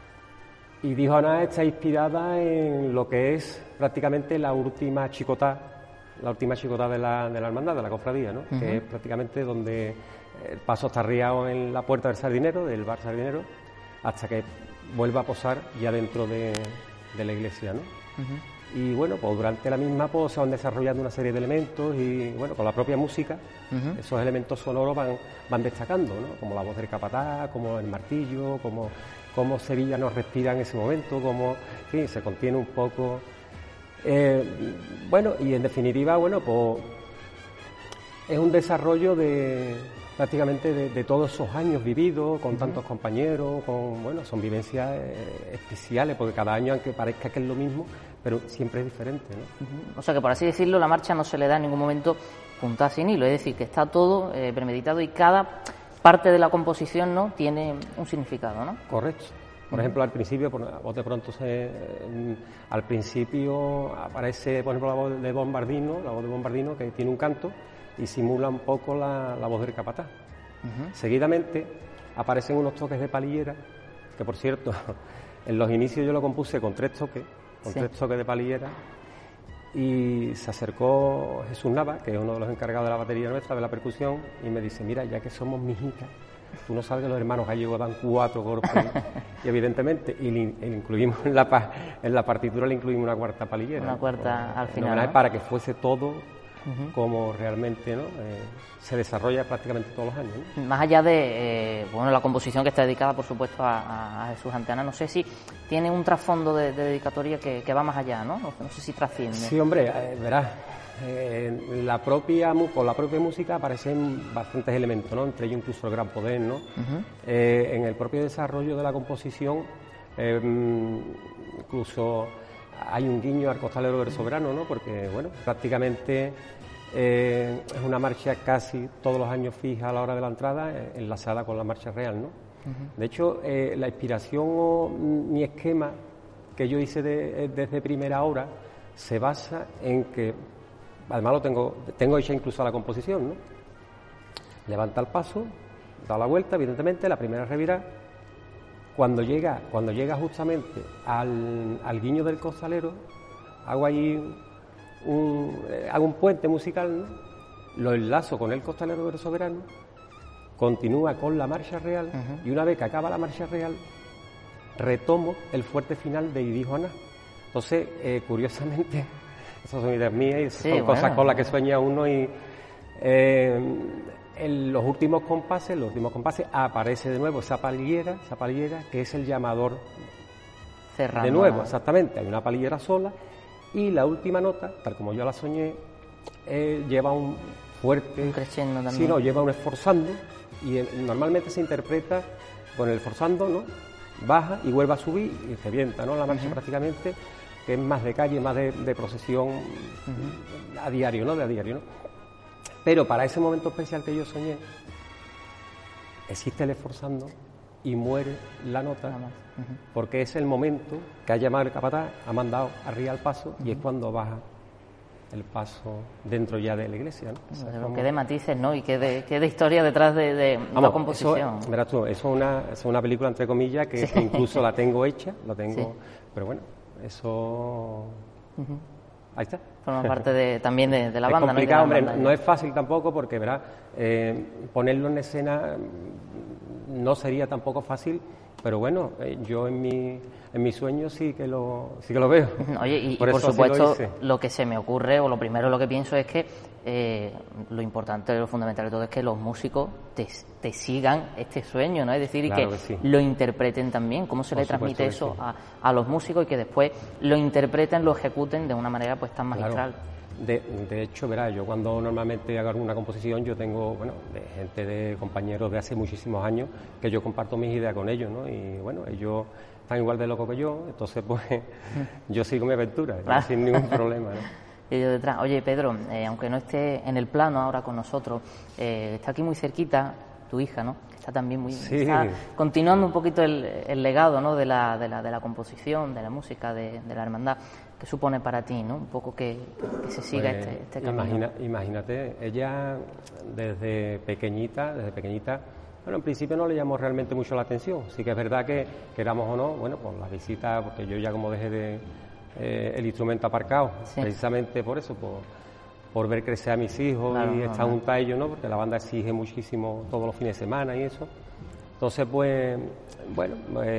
Y dijo Anás está inspirada en lo que es prácticamente la última chicotá de la hermandad, de la cofradía, ¿no? Que es prácticamente donde el paso está arriado en la puerta del Sardinero, del bar Sardinero, hasta que vuelva a posar ya dentro de la iglesia, ¿no? Y bueno, pues durante la misma pues se van desarrollando una serie de elementos y bueno, con la propia música, esos elementos sonoros van destacando, ¿no? Como la voz del capataz, como el martillo, como Sevilla nos respira en ese momento, como, en fin, se contiene un poco. Bueno, y en definitiva, bueno, pues es un desarrollo prácticamente de todos esos años vividos con tantos compañeros, bueno, son vivencias especiales, porque cada año, aunque parezca que es lo mismo, pero siempre es diferente, ¿no? O sea que, por así decirlo, la marcha no se le da en ningún momento puntada sin hilo, es decir, que está todo premeditado y cada parte de la composición, ¿no?, tiene un significado, ¿no? Correcto. Por ejemplo, al principio, de pronto al principio aparece, por ejemplo, la voz de Bombardino, que tiene un canto y simula un poco la voz del capataz. Seguidamente aparecen unos toques de palillera, que por cierto, en los inicios yo lo compuse con 3 toques, tres toques de palillera, y se acercó Jesús Nava, que es uno de los encargados de la batería nuestra, de la percusión, y me dice, mira, ya que somos mijitas, tú no sabes que los hermanos gallegos dan 4 golpes, y evidentemente, y le incluimos en la partitura le incluimos una cuarta palillera. Una cuarta al final, ¿no? Para que fuese todo como realmente, ¿no?, se desarrolla prácticamente todos los años, ¿no? Más allá de la composición que está dedicada, por supuesto, a Jesús Anteana, no sé si tiene un trasfondo de dedicatoria que va más allá, ¿no? No sé si trasciende. Sí, hombre, verás, con la propia música aparecen bastantes elementos, ¿no? Entre ellos incluso el gran poder, ¿no? En el propio desarrollo de la composición, incluso hay un guiño al Costalero del Soberano, ¿no? Porque, bueno, prácticamente es una marcha casi todos los años fija a la hora de la entrada, enlazada con la marcha real, ¿no? De hecho, la inspiración o mi esquema que yo hice desde primera hora se basa en que, además lo tengo hecha incluso la composición, ¿no? Levanta el paso, da la vuelta, evidentemente, la primera revirada. Cuando llega justamente al guiño del costalero, hago ahí un puente musical, ¿no? Lo enlazo con el Costalero del Soberano, continúa con la marcha real, y una vez que acaba la marcha real, retomo el fuerte final de Y dijo Anás. Entonces, curiosamente, esas son ideas mías y son cosas con las que sueña uno, y en los últimos compases aparece de nuevo esa palillera que es el llamador. Cerrando. De nuevo, exactamente, hay una palillera sola, y la última nota, tal como yo la soñé, lleva un fuerte... Un crescendo también. Sí, no, lleva un esforzando, y normalmente se interpreta con el esforzando, ¿no? Baja y vuelve a subir y revienta, ¿no?, la marcha prácticamente, que es más de calle, más de procesión a diario, ¿no? Pero para ese momento especial que yo soñé, existe el esforzando y muere la nota, porque es el momento que ha llamado el capataz, ha mandado arriba el paso, y es cuando baja el paso dentro ya de la iglesia, ¿no? Qué de matices, ¿no? Y qué de historia detrás de la composición. Verás tú, eso es una película, entre comillas, que incluso la tengo hecha, pero bueno, eso... Ahí está. Forma parte también de la banda, ¿no? Es complicado, hombre, no es fácil tampoco, porque, verás, ponerlo en escena no sería tampoco fácil, pero bueno, yo en mi sueño sí que lo veo. Oye, y por supuesto, lo que se me ocurre, o lo primero lo que pienso es que lo importante, lo fundamental de todo es que los músicos te sigan este sueño, ¿no? Es decir, claro, y que sí, lo interpreten también. ¿Cómo se le transmite eso a los músicos y que después lo interpreten, lo ejecuten de una manera pues tan magistral? Claro. De hecho, verás, yo cuando normalmente hago alguna composición, yo tengo, bueno, de gente, de compañeros de hace muchísimos años, que yo comparto mis ideas con ellos, ¿no? Y bueno, ellos están igual de locos que yo, entonces pues yo sigo mi aventura, claro, sin ningún problema, ¿no? Y yo detrás. Oye, Pedro, aunque no esté en el plano ahora con nosotros, está aquí muy cerquita tu hija, ¿no? Está también muy... Sí. Está continuando un poquito el legado, ¿no? de la composición, de la música, de la hermandad. ¿Qué supone para ti, ¿no? Un poco que se siga pues, este camino. Imagínate, ella desde pequeñita, bueno, en principio no le llamó realmente mucho la atención. Sí que es verdad que, queramos o no, bueno, pues las visitas, porque yo ya como dejé el instrumento aparcado, sí, precisamente por eso, por ver crecer a mis hijos, claro, y estar junto a ellos, ¿no? Porque la banda exige muchísimo todos los fines de semana y eso. Entonces, pues, bueno,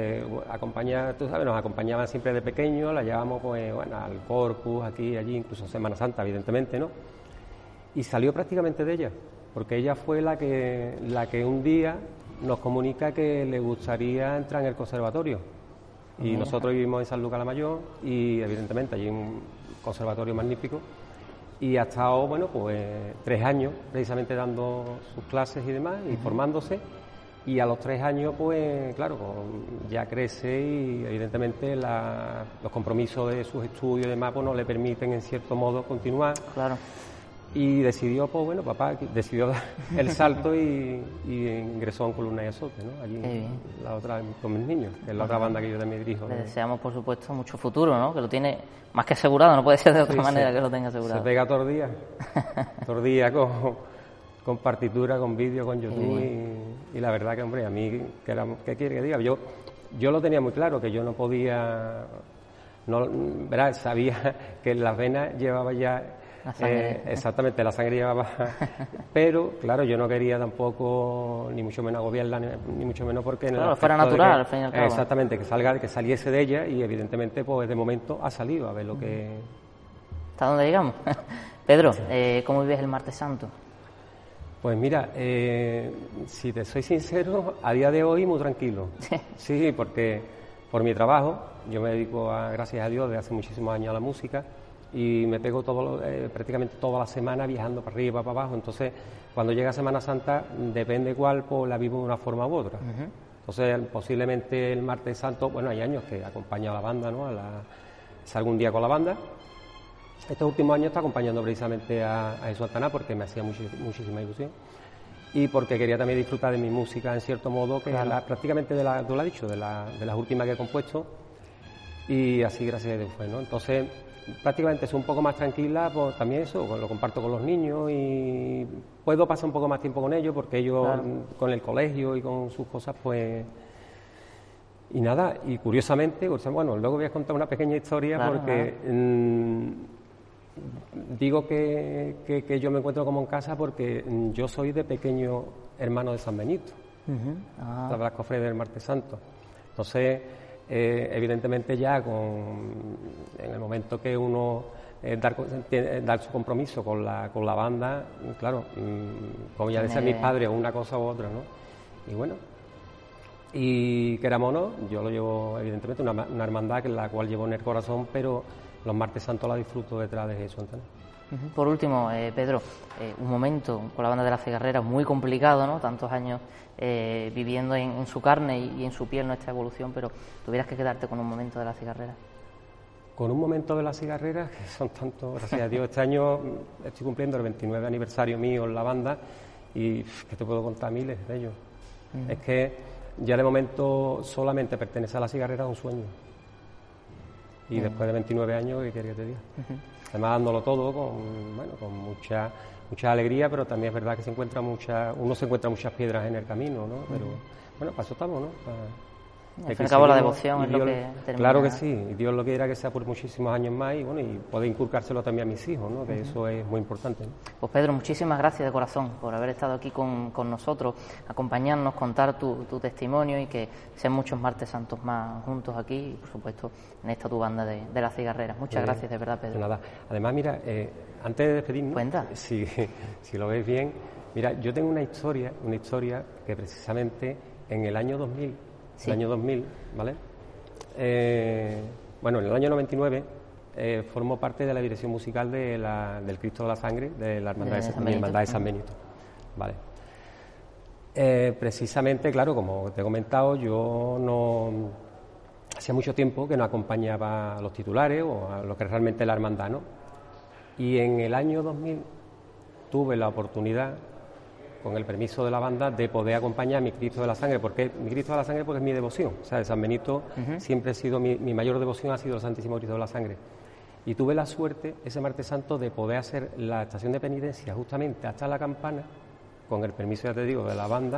tú sabes, nos acompañaban siempre de pequeños, la llevamos, pues, bueno, al Corpus, aquí, allí, incluso Semana Santa, evidentemente, ¿no? Y salió prácticamente de ella, porque ella fue la que un día nos comunica que le gustaría entrar en el conservatorio. Y nosotros vivimos en San Lucas la Mayor y, evidentemente, allí hay un conservatorio magnífico. Y ha estado, bueno, pues 3 años precisamente dando sus clases y demás, y formándose. Y a los 3 años, pues claro, ya crece y evidentemente los compromisos de sus estudios y demás pues no le permiten en cierto modo continuar. Claro. Y decidió, pues bueno, papá decidió dar el salto y ingresó en Columna y Azote, ¿no? Allí la otra con mis niños, que es la otra banda que yo también dirijo. Le deseamos, por supuesto, mucho futuro, ¿no? Que lo tiene más que asegurado, no puede ser de otra manera que lo tenga asegurado. Se pega todos los días con partitura, con vídeo, con YouTube y la verdad que, hombre, a mí, ¿qué quiere que diga? Yo lo tenía muy claro, que yo no podía, ¿verdad? Sabía que en las venas llevaba ya, exactamente, la sangre llevaba, pero claro, yo no quería tampoco, ni mucho menos agobiarla, ni mucho menos porque... Claro, fuera natural, al fin y al cabo. Exactamente, que saliese de ella y evidentemente, pues de momento ha salido, a ver lo que... ¿Hasta dónde llegamos? Pedro, ¿cómo vives el Martes Santo? Pues mira, si te soy sincero, a día de hoy muy tranquilo. Sí, porque por mi trabajo, yo me dedico, gracias a Dios, desde hace muchísimos años a la música y me pego prácticamente toda la semana viajando para arriba, para abajo. Entonces, cuando llega Semana Santa, depende cuál, pues la vivo de una forma u otra. Entonces, posiblemente el Martes Santo, bueno, hay años que acompaña a la banda, ¿no? Salgo un día con la banda. Estos últimos años está acompañando precisamente a Jesús Altaná porque me hacía muchísima ilusión y porque quería también disfrutar de mi música en cierto modo, que claro, prácticamente tú lo has dicho, de las últimas que he compuesto y así gracias a Dios fue, ¿no? Entonces prácticamente soy un poco más tranquila, pues también eso, lo comparto con los niños y puedo pasar un poco más tiempo con ellos porque ellos con el colegio y con sus cosas pues... Y nada, y curiosamente, bueno, luego voy a contar una pequeña historia porque... Digo que yo me encuentro como en casa porque yo soy de pequeño hermano de San Benito, la Blasco Freire del Martes Santo. Entonces, evidentemente ya en el momento que uno dar su compromiso con la banda, claro, como ya decían mis padres, una cosa u otra, ¿no? Y bueno, y queramos o no, yo lo llevo evidentemente una hermandad en la cual llevo en el corazón, pero los Martes Santos la disfruto detrás de Jesús Altaná. Por último, Pedro, un momento con la banda de la Cigarrera muy complicado, ¿no? Tantos años viviendo en su carne y en su piel nuestra evolución, pero tuvieras que quedarte con un momento de la Cigarrera. Con un momento de la Cigarrera, que son tantos, gracias a Dios. Este año estoy cumpliendo el 29 aniversario mío en la banda y que te puedo contar miles de ellos. Es que ya de momento solamente pertenecer a la Cigarrera es un sueño. Y después de 29 años, ¿qué quieres que te diga? Además dándolo todo con mucha alegría, pero también es verdad que uno se encuentra muchas piedras en el camino, ¿no? Pero bueno, para eso estamos, ¿no? Al fin y al cabo la devoción es lo que termina. Claro que sí, y Dios lo quiera que sea por muchísimos años más y bueno, y poder inculcárselo también a mis hijos, ¿no? Que eso es muy importante, ¿no? Pues Pedro, muchísimas gracias de corazón por haber estado aquí con nosotros, acompañarnos, contar tu testimonio y que sean muchos martes santos más juntos aquí y por supuesto en esta tu banda de las cigarreras. Muchas gracias de verdad, Pedro. Nada. Además, mira, antes de despedirnos, cuenta. Si lo ves bien, mira, yo tengo una historia que precisamente en el año 2000, sí. El año 2000, ¿vale? Bueno, en el año 99 formó parte de la dirección musical del Cristo de la Sangre de la Hermandad de San Benito, ¿vale? Precisamente, claro, como te he comentado, yo no hacía mucho tiempo que no acompañaba a los titulares o a lo que realmente es la hermandad, ¿no? Y en el año 2000 tuve la oportunidad, con el permiso de la banda, de poder acompañar a mi Cristo de la Sangre. Porque mi Cristo de la Sangre porque es mi devoción. O sea, de San Benito siempre ha sido mi mayor devoción, ha sido el Santísimo Cristo de la Sangre. Y tuve la suerte, ese martes santo, de poder hacer la estación de penitencia justamente hasta la campana, con el permiso, ya te digo, de la banda,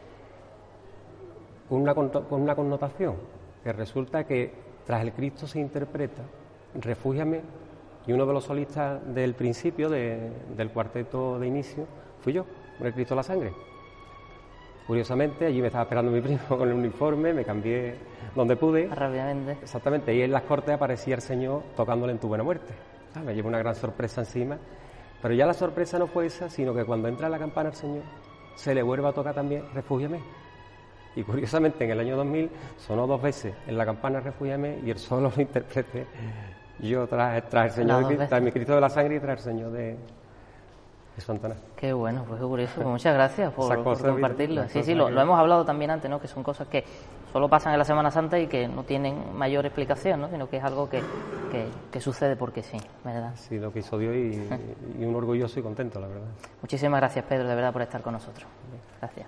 con una connotación, que resulta que tras el Cristo se interpreta Refúgiame, y uno de los solistas del principio, del cuarteto de inicio, fui yo, con el Cristo de la Sangre. Curiosamente, allí me estaba esperando mi primo con el uniforme, me cambié donde pude. Rápidamente. Exactamente, y en las cortes aparecía el Señor tocándole En tu buena muerte. Me llevó una gran sorpresa encima, pero ya la sorpresa no fue esa, sino que cuando entra la campana el Señor, se le vuelve a tocar también Refúgiame. Y curiosamente, en el año 2000, sonó 2 veces en la campana Refúgiame y el solo lo interpreté yo tras el Señor, tras mi Cristo de la Sangre y tras el Señor de Santana. Qué bueno, pues qué curioso. Pues muchas gracias por compartirlo. Sí, lo hemos hablado también antes, ¿no? Que son cosas que solo pasan en la Semana Santa y que no tienen mayor explicación, ¿no? Sino que es algo que sucede porque sí, ¿verdad? Sí, lo que hizo Dios y un orgulloso y contento, la verdad. Muchísimas gracias, Pedro, de verdad, por estar con nosotros. Gracias.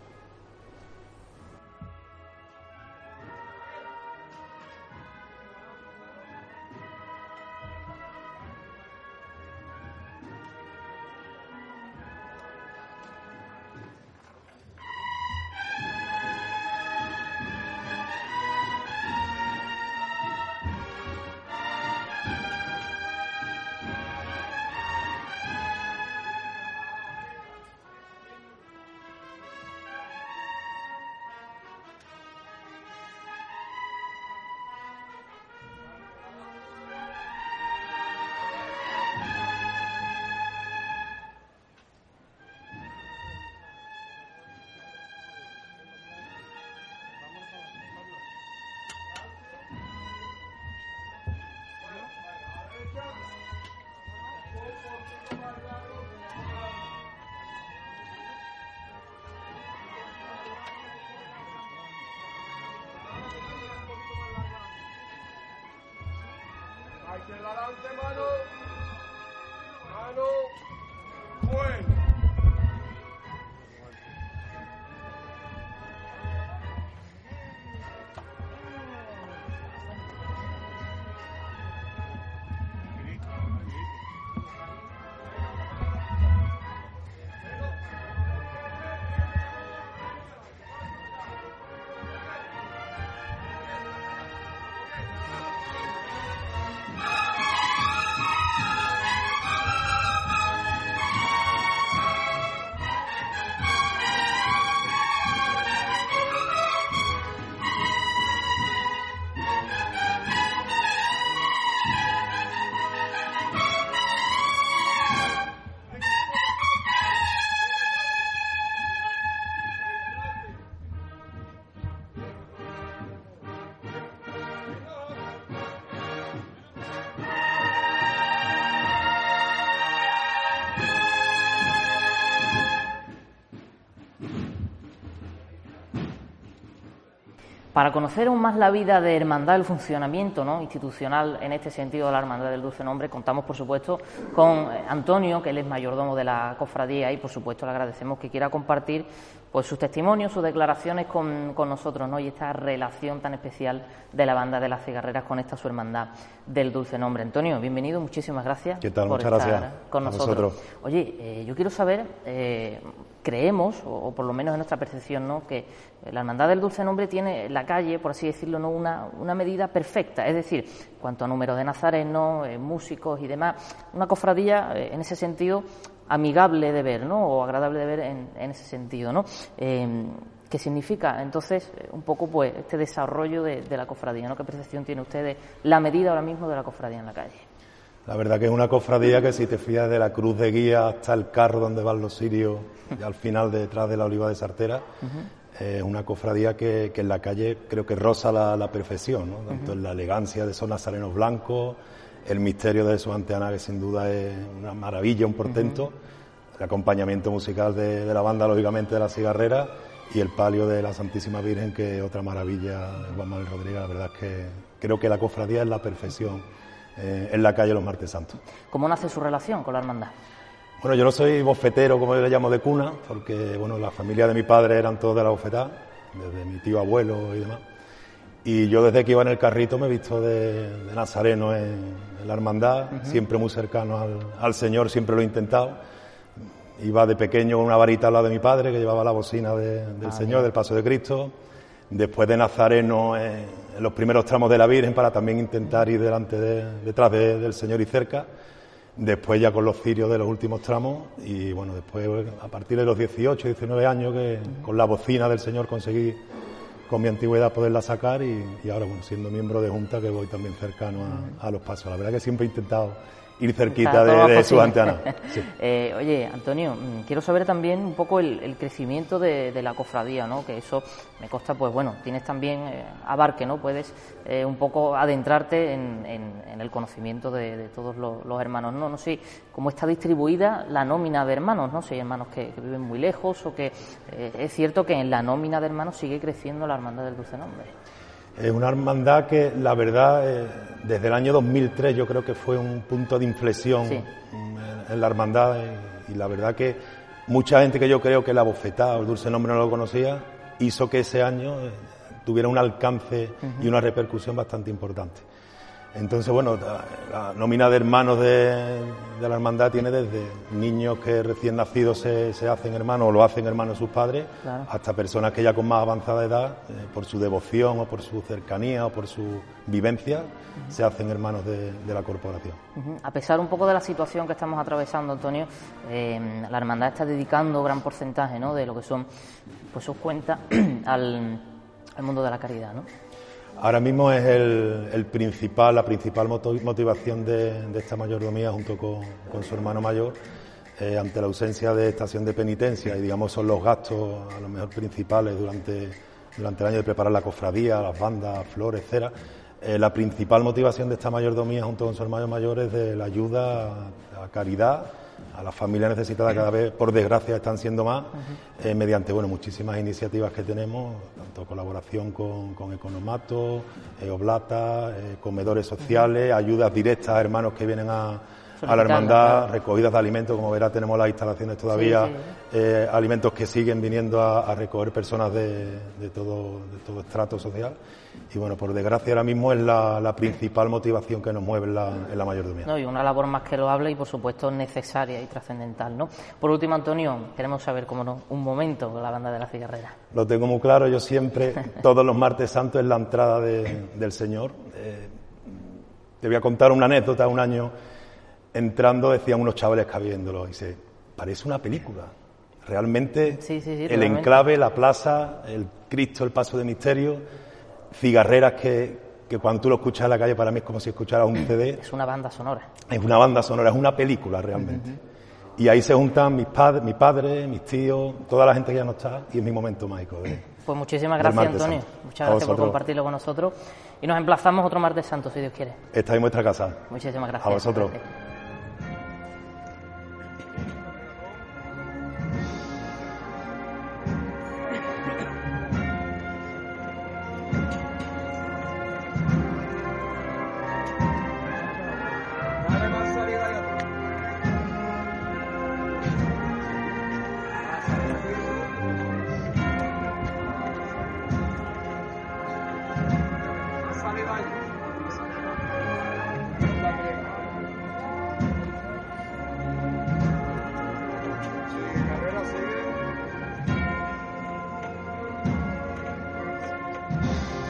Hacia adelante, mano. Mano. Bueno. Para conocer aún más la vida de Hermandad, el funcionamiento, ¿no?, institucional en este sentido de la Hermandad del Dulce Nombre, contamos por supuesto con Antonio, que él es mayordomo de la cofradía y por supuesto le agradecemos que quiera compartir pues sus testimonios, sus declaraciones con nosotros, ¿no?, y esta relación tan especial de la banda de las cigarreras con esta su Hermandad del Dulce Nombre. Antonio, bienvenido, muchísimas gracias. ¿Qué tal? Por Muchas estar gracias con nosotros. Oye, yo quiero saber, creemos, o por lo menos en nuestra percepción, ¿no?, que la Hermandad del Dulce Nombre tiene la la calle, por así decirlo, no una medida perfecta, es decir, en cuanto a número de nazarenos, músicos y demás, una cofradía en ese sentido amigable de ver, ¿no? O agradable de ver en ese sentido, ¿no? ¿Qué significa entonces un poco pues este desarrollo de la cofradía, ¿no? ¿Qué percepción tiene usted de la medida ahora mismo de la cofradía en la calle? La verdad que es una cofradía que, si te fías, de la cruz de guía hasta el carro donde van los cirios y al final detrás de la oliva de Sartera, es una cofradía que en la calle creo que roza la perfección, ¿no? Tanto en la elegancia de esos nazarenos blancos, el misterio de su Anteana, que sin duda es una maravilla, un portento, el acompañamiento musical de la banda, lógicamente, de la cigarrera, y el palio de la Santísima Virgen, que es otra maravilla de Juan Manuel Rodríguez. La verdad es que creo que la cofradía es la perfección en la calle Los Martes Santos. ¿Cómo nace su relación con la hermandad? Bueno, yo no soy bofetero, como yo le llamo, de cuna, porque bueno, la familia de mi padre eran todos de la bofetada, desde mi tío abuelo y demás. Y yo, desde que iba en el carrito, me he visto de nazareno en la hermandad, siempre muy cercano al Señor, siempre lo he intentado. Iba de pequeño con una varita al lado de mi padre, que llevaba la bocina del Señor, del Paso de Cristo. Después de nazareno en los primeros tramos de la Virgen, para también intentar ir detrás del Señor y cerca. Después ya con los cirios de los últimos tramos, y bueno, después a partir de los 18, 19 años, que con la bocina del Señor conseguí con mi antigüedad poderla sacar, y ahora, bueno, siendo miembro de Junta, que voy también cercano a los pasos. La verdad que siempre he intentado ir cerquita de sus antenas. Sí. Oye, Antonio, quiero saber también un poco el crecimiento de la cofradía, ¿no? Que eso me consta, pues bueno, tienes también abarque, ¿no? Puedes un poco adentrarte en el conocimiento de todos los hermanos, ¿no? No sé cómo está distribuida la nómina de hermanos, ¿no? Si hay hermanos que viven muy lejos, o que es cierto que en la nómina de hermanos sigue creciendo la Hermandad del Dulce Nombre. Es una hermandad que, la verdad, desde el año 2003 yo creo que fue un punto de inflexión en la hermandad, y la verdad que mucha gente que yo creo que la bofetada o el Dulce Nombre no lo conocía, hizo que ese año tuviera un alcance y una repercusión bastante importante. Entonces, bueno, la nómina de hermanos de la hermandad tiene desde niños que recién nacidos se hacen hermanos o lo hacen hermanos sus padres, claro, hasta personas que ya con más avanzada edad, por su devoción o por su cercanía o por su vivencia, se hacen hermanos de la corporación. A pesar un poco de la situación que estamos atravesando, Antonio, la hermandad está dedicando gran porcentaje, ¿no?, de lo que son pues sus cuentas al mundo de la caridad, ¿no? Ahora mismo es la principal motivación de esta mayordomía, junto con su hermano mayor, ante la ausencia de estación de penitencia, y digamos son los gastos a lo mejor principales durante el año, de preparar la cofradía, las bandas, flores, cera. La principal motivación de esta mayordomía, junto con su hermano mayor, es de la ayuda a caridad, a las familias necesitadas, cada vez, por desgracia, están siendo más, mediante muchísimas iniciativas que tenemos, tanto colaboración con economatos, oblatas, comedores sociales, ayudas directas a hermanos que vienen a la hermandad, recogidas de alimentos. Como verá, tenemos las instalaciones todavía, alimentos que siguen viniendo a recoger personas de todo estrato social. Y bueno, por desgracia ahora mismo es la principal motivación que nos mueve en la mayordomía. No, y una labor más que loable y por supuesto necesaria y trascendental, ¿no? Por último, Antonio, queremos saber, cómo no, un momento con la banda de la cigarrera. Lo tengo muy claro, yo siempre, todos los martes santos, es la entrada del Señor. Te voy a contar una anécdota. Un año, entrando, decían unos chavales que viéndolo, y dice, parece una película. Realmente, el enclave, la plaza, el Cristo, el paso de misterio, cigarreras que cuando tú lo escuchas en la calle, para mí es como si escucharas un CD. Es una banda sonora. Es una banda sonora, es una película realmente. Y ahí se juntan mi padre, mis tíos, toda la gente que ya no está, y es mi momento mágico. Pues muchísimas gracias, Antonio. Muchas gracias por compartirlo con nosotros. Y nos emplazamos otro martes santo, si Dios quiere. Estáis en vuestra casa. Muchísimas gracias. A vosotros. Gracias. Carrera sigue.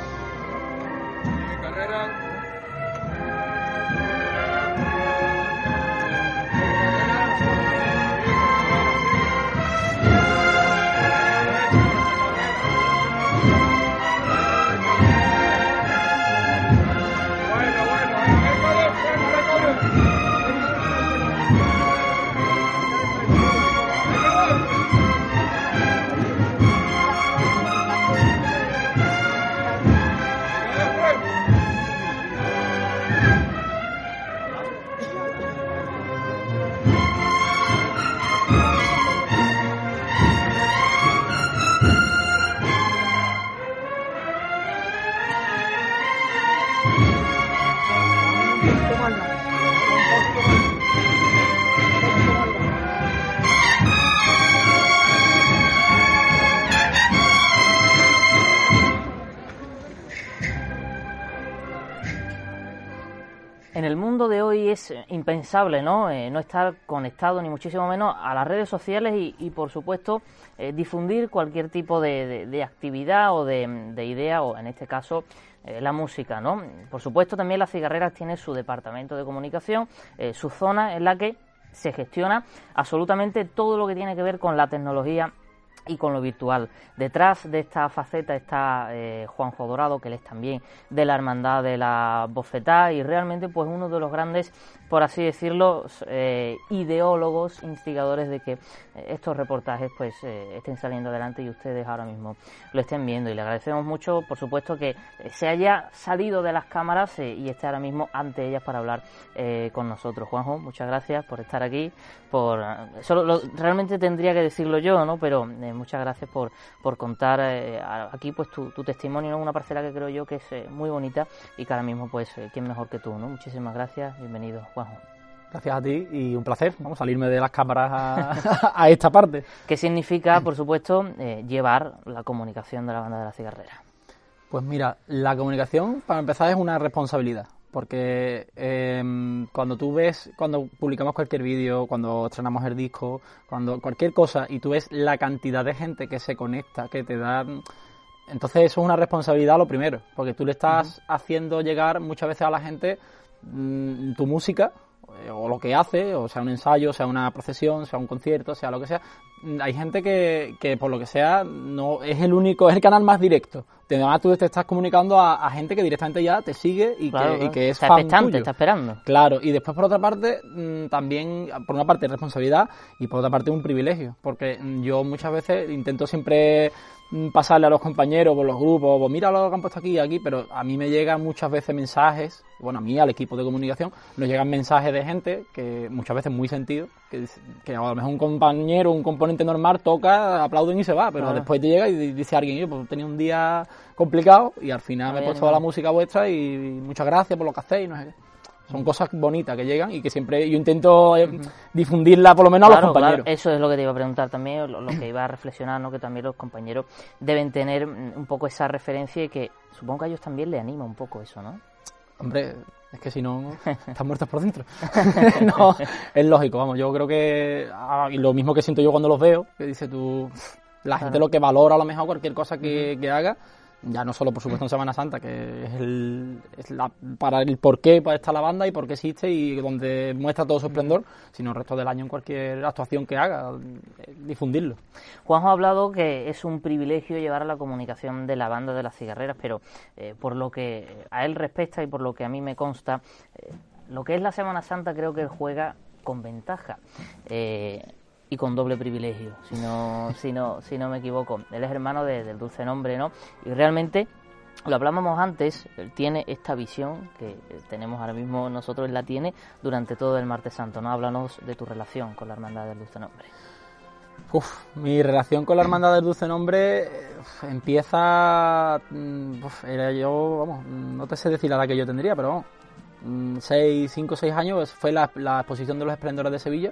En el mundo de hoy es impensable, ¿no? No estar conectado ni muchísimo menos a las redes sociales y por supuesto, difundir cualquier tipo de actividad o de idea, o en este caso, la música, ¿no? Por supuesto, también Las Cigarreras tiene su departamento de comunicación, su zona en la que se gestiona absolutamente todo lo que tiene que ver con la tecnología y con lo virtual. Detrás de esta faceta está Juanjo Dorado, que él es también de la Hermandad de la Bofetá y realmente pues uno de los grandes, por así decirlo, ideólogos, instigadores de que estos reportajes pues estén saliendo adelante y ustedes ahora mismo lo estén viendo. Y le agradecemos mucho, por supuesto, que se haya salido de las cámaras y esté ahora mismo ante ellas para hablar con nosotros. Juanjo, muchas gracias por estar aquí. Realmente tendría que decirlo yo, ¿no? Pero muchas gracias por contar aquí pues tu testimonio, ¿no? Una parcela que creo yo que es muy bonita y que ahora mismo pues quién mejor que tú, ¿no? Muchísimas gracias, bienvenido, Juanjo. Gracias a ti y un placer, vamos a salirme de las cámaras a esta parte. ¿Qué significa, por supuesto, llevar la comunicación de la Banda de la Cigarrera? Pues mira, la comunicación, para empezar, es una responsabilidad. Porque cuando publicamos cualquier vídeo, cuando estrenamos el disco, cuando cualquier cosa, y tú ves la cantidad de gente que se conecta, que te da... Entonces eso es una responsabilidad lo primero, porque tú le estás haciendo llegar muchas veces a la gente tu música, o lo que hace, o sea un ensayo, sea una procesión, sea un concierto, sea lo que sea. Hay gente que por lo que sea no es el canal más directo. Además tú te estás comunicando a gente que directamente ya te sigue y que es fan tuyo. Está esperando. Claro, y después por otra parte también, por una parte responsabilidad y por otra parte un privilegio, porque yo muchas veces intento siempre pasarle a los compañeros por los grupos, pues mira lo que han puesto aquí y aquí, pero a mí me llegan muchas veces mensajes, bueno, a mí, al equipo de comunicación, nos llegan mensajes de gente que muchas veces muy sentidos, que a lo mejor un compañero, un componente normal toca, aplauden y se va, pero después te llega y dice alguien, yo pues tenía un día complicado y al final me he puesto la música vuestra y muchas gracias por lo que hacéis, no sé qué. Son cosas bonitas que llegan y que siempre yo intento difundirla por lo menos a los compañeros. Claro, eso es lo que te iba a preguntar también, lo que iba a reflexionar, ¿no? Que también los compañeros deben tener un poco esa referencia y que supongo que a ellos también les anima un poco eso, ¿no? Hombre, es que si no, están muertos por dentro. No, es lógico, vamos, yo creo que y lo mismo que siento yo cuando los veo, que dice tú, la gente lo que valora a lo mejor cualquier cosa que haga, ya no solo por supuesto en Semana Santa, que es para el porqué está la banda y por qué existe y donde muestra todo su esplendor, sino el resto del año en cualquier actuación que haga, difundirlo. Juanjo ha hablado que es un privilegio llevar a la comunicación de la Banda de las Cigarreras, pero por lo que a él respecta y por lo que a mí me consta, lo que es la Semana Santa creo que juega con ventaja. Y con doble privilegio, si no me equivoco. Él es hermano del Dulce Nombre, ¿no? Y realmente, lo hablábamos antes, él tiene esta visión que tenemos ahora mismo nosotros, él la tiene durante todo el Martes Santo, ¿no? Háblanos de tu relación con la Hermandad del Dulce Nombre. Mi relación con la Hermandad del Dulce Nombre empieza... era yo, vamos, no te sé decir la edad que yo tendría, pero vamos, 5 o 6 años, fue la exposición de los Esplendores de Sevilla.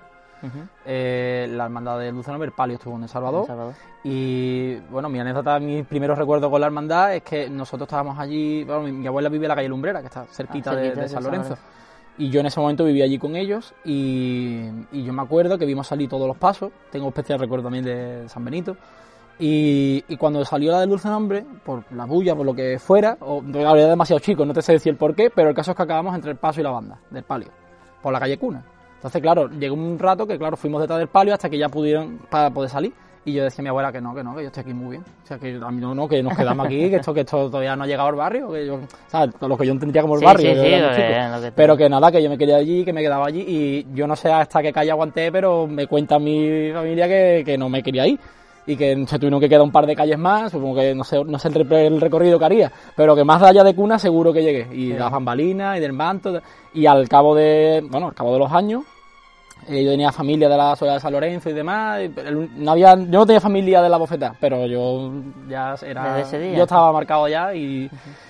La Hermandad del Dulce Nombre, el palio estuvo en El Salvador. Y bueno, mi anécdota, mis primeros recuerdos con la hermandad es que nosotros estábamos allí, bueno, mi abuela vive en la calle Lumbrera, que está cerquita de San Lorenzo. Y yo en ese momento vivía allí con ellos y yo me acuerdo que vimos salir todos los pasos. Tengo especial recuerdo también de San Benito. Y cuando salió la del dulce nombre, por la bulla, por lo que fuera, o era demasiado chico, no te sé decir el por qué, pero el caso es que acabamos entre el Paso y la banda del Palio, por la calle Cuna. Entonces, claro, llegó un rato que, claro, fuimos detrás del Palio hasta que ya pudieron para poder salir. Y yo decía a mi abuela que yo estoy aquí muy bien. O sea, que a mí no, que nos quedamos aquí, que esto todavía no ha llegado al barrio, que yo, ¿sabes? Lo que yo entendía como el barrio. Pero que nada, que yo me quería allí, que me quedaba allí. Y yo no sé hasta qué calle aguanté, pero me cuenta mi familia que no me quería ir. Y que se tuvieron que quedar un par de calles más, supongo que no sé el recorrido que haría, pero que más allá de Cuna seguro que llegué. Y las bambalinas, y del manto, y al cabo de los años, yo tenía familia de la Soledad de San Lorenzo y demás, yo no tenía familia de la Bofetá, pero yo ya era... Desde ese día. Yo estaba marcado ya y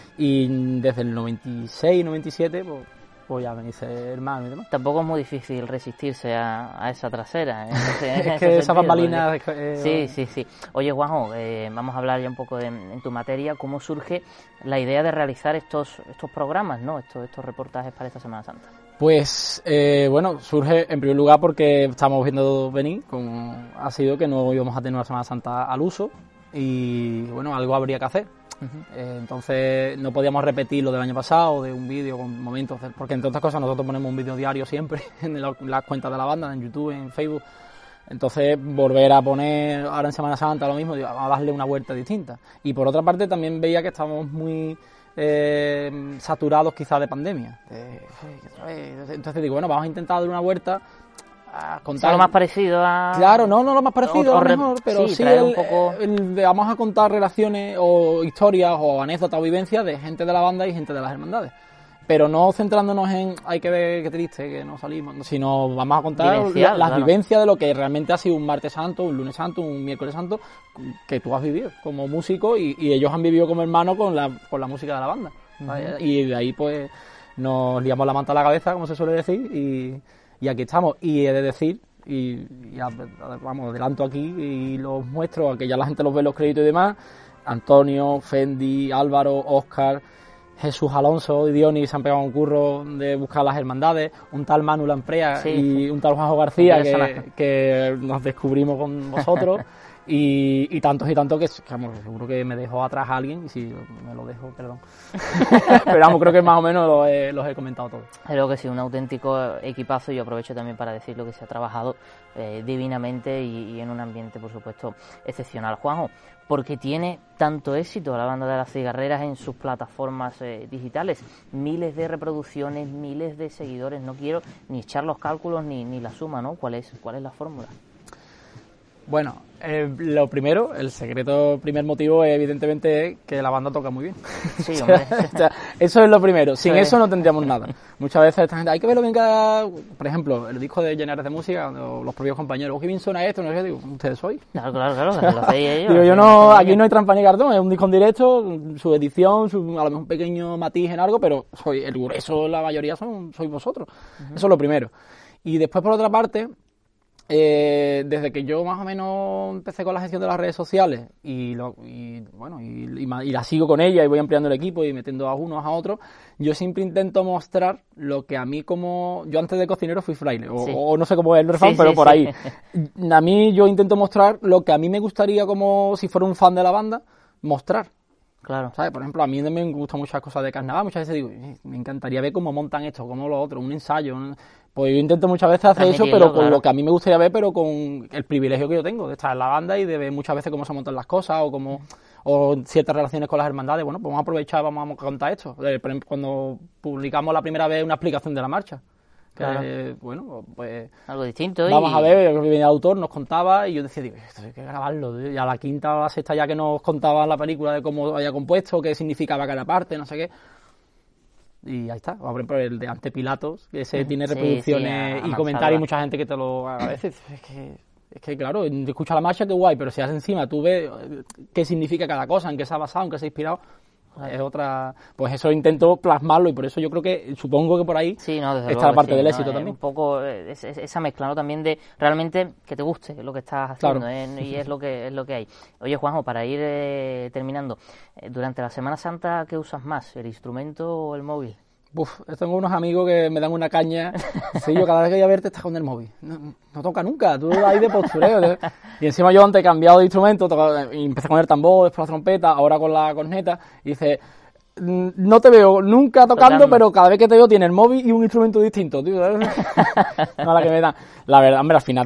desde el 96, 97, pues ya me hice hermano y demás. Tampoco es muy difícil resistirse a esa trasera. Es que esas bambalinas... Sí. Oye, Juanjo, vamos a hablar ya un poco en tu materia. ¿Cómo surge la idea de realizar estos programas, ¿no? Estos reportajes para esta Semana Santa? Pues, surge en primer lugar porque estamos viendo venir, como ha sido que no íbamos a tener una Semana Santa al uso y, bueno, algo habría que hacer. Entonces no podíamos repetir lo del año pasado, de un vídeo con momentos, porque entre otras cosas nosotros ponemos un vídeo diario siempre en las cuentas de la banda, en YouTube, en Facebook. Entonces volver a poner ahora en Semana Santa lo mismo, vamos a darle una vuelta distinta. Y por otra parte también veía que estábamos muy saturados quizás de pandemia. Entonces digo, bueno, vamos a intentar darle una vuelta a contar lo más parecido a... Claro, no lo más parecido, a lo mejor, pero sí un poco... vamos a contar relaciones o historias o anécdotas o vivencias de gente de la banda y gente de las hermandades. Pero no centrándonos en hay que ver qué triste que no salimos, sino vamos a contar las vivencias de lo que realmente ha sido un martes santo, un lunes santo, un miércoles santo que tú has vivido como músico y ellos han vivido como hermanos con la música de la banda. Y de ahí pues nos liamos la manta a la cabeza, como se suele decir, y aquí estamos. Y he de decir, vamos, adelanto aquí y los muestro, a que ya la gente los ve en los créditos y demás, Antonio, Fendi, Álvaro, Óscar, Jesús Alonso y Dionis se han pegado un curro de buscar las hermandades, un tal Manu Lamprea y un tal Juanjo García que nos descubrimos con vosotros y tantos que vamos, seguro que me dejó atrás a alguien y si me lo dejo, perdón. Pero vamos, creo que más o menos los he comentado todos. Creo que sí, un auténtico equipazo y yo aprovecho también para decirlo que se ha trabajado divinamente y en un ambiente, por supuesto, excepcional. Juanjo, ¿por qué tiene tanto éxito la banda de las cigarreras en sus plataformas digitales? Miles de reproducciones, miles de seguidores, no quiero ni echar los cálculos ni la suma, ¿no? ¿Cuál es la fórmula? Bueno, lo primero, el primer motivo evidentemente que la banda toca muy bien. Sí, hombre. O sea, eso es lo primero, sin eso no tendríamos nada. Muchas veces esta gente, hay que verlo bien por ejemplo, el disco de Llenares de Música, los propios compañeros, qué bien suena esto, no sé, digo, ¿ustedes sois? Claro, lo hacéis ellos. Digo, yo no, aquí no hay trampa ni cartón, es un disco en directo, su edición, a lo mejor un pequeño matiz en algo, pero el grueso, la mayoría sois vosotros. Eso es lo primero. Y después, por otra parte, desde que yo más o menos empecé con la gestión de las redes sociales y la sigo con ella y voy ampliando el equipo y metiendo a unos a otros, yo siempre intento mostrar lo que a mí yo antes de cocinero fui fraile, o no sé cómo es el refrán, pero por ahí. A mí yo intento mostrar lo que a mí me gustaría, como si fuera un fan de la banda, mostrar. Claro. ¿Sabes? Por ejemplo, a mí me gustan muchas cosas de carnaval, muchas veces digo, me encantaría ver cómo montan esto, cómo lo otro, un ensayo. Pues yo intento muchas veces hacer eso, pero con lo que a mí me gustaría ver, pero con el privilegio que yo tengo de estar en la banda y de ver muchas veces cómo se montan las cosas o ciertas relaciones con las hermandades. Bueno, pues vamos a aprovechar, vamos a contar esto. Por ejemplo, cuando publicamos la primera vez una explicación de la marcha. Bueno, pues algo distinto. Vamos a ver, el autor nos contaba y yo decía, digo, esto hay que grabarlo. Y a la quinta o a la sexta ya que nos contaba la película de cómo había compuesto, qué significaba cada parte, no sé qué. Y ahí está. Por ejemplo, el de Ante Pilatos, que ese tiene reproducciones y comentarios y mucha gente que te lo agradece. Es que claro, escucha la marcha, qué guay, pero si haces encima, tú ves qué significa cada cosa, en qué se ha basado, en qué se ha inspirado. Es otra, pues eso intento plasmarlo y por eso yo creo que, supongo que por ahí está la parte del éxito también. Un poco esa mezcla, ¿no? También de realmente que te guste lo que estás haciendo, y es lo que hay. Oye, Juanjo, para ir terminando, durante la Semana Santa, ¿qué usas más, el instrumento o el móvil? Tengo unos amigos que me dan una caña. Sí, yo cada vez que voy a verte estás con el móvil. No toca nunca, tú ahí de postureo. Y encima yo antes he cambiado de instrumento, y empecé con el tambor, después la trompeta, ahora con la corneta. Y dice, no te veo nunca tocando, pero cada vez que te veo tienes el móvil y un instrumento distinto, tío. No, la que me da. La verdad, hombre, al final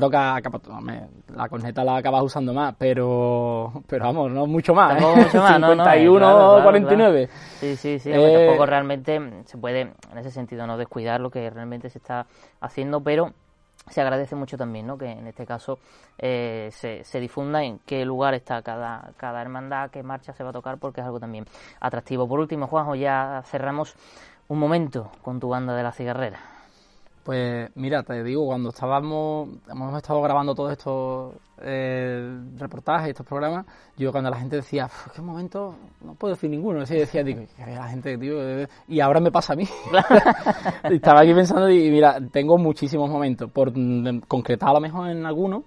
la corneta la acabas usando más, pero vamos, no mucho más. Tampoco mucho más, 51, claro, 49. Claro. Sí, tampoco realmente se puede, en ese sentido, no descuidar lo que realmente se está haciendo, pero se agradece mucho también, ¿no?, que en este caso se difunda en qué lugar está cada hermandad, qué marcha se va a tocar, porque es algo también atractivo. Por último, Juanjo, ya cerramos un momento con tu banda de La Cigarrera. Pues mira, te digo, cuando hemos estado grabando todos estos reportajes, estos programas, yo cuando la gente decía, qué momento, no puedo decir ninguno, así decía, digo, la gente, tío, y ahora me pasa a mí. Y estaba aquí pensando y mira, tengo muchísimos momentos, por concretar a lo mejor en algunos.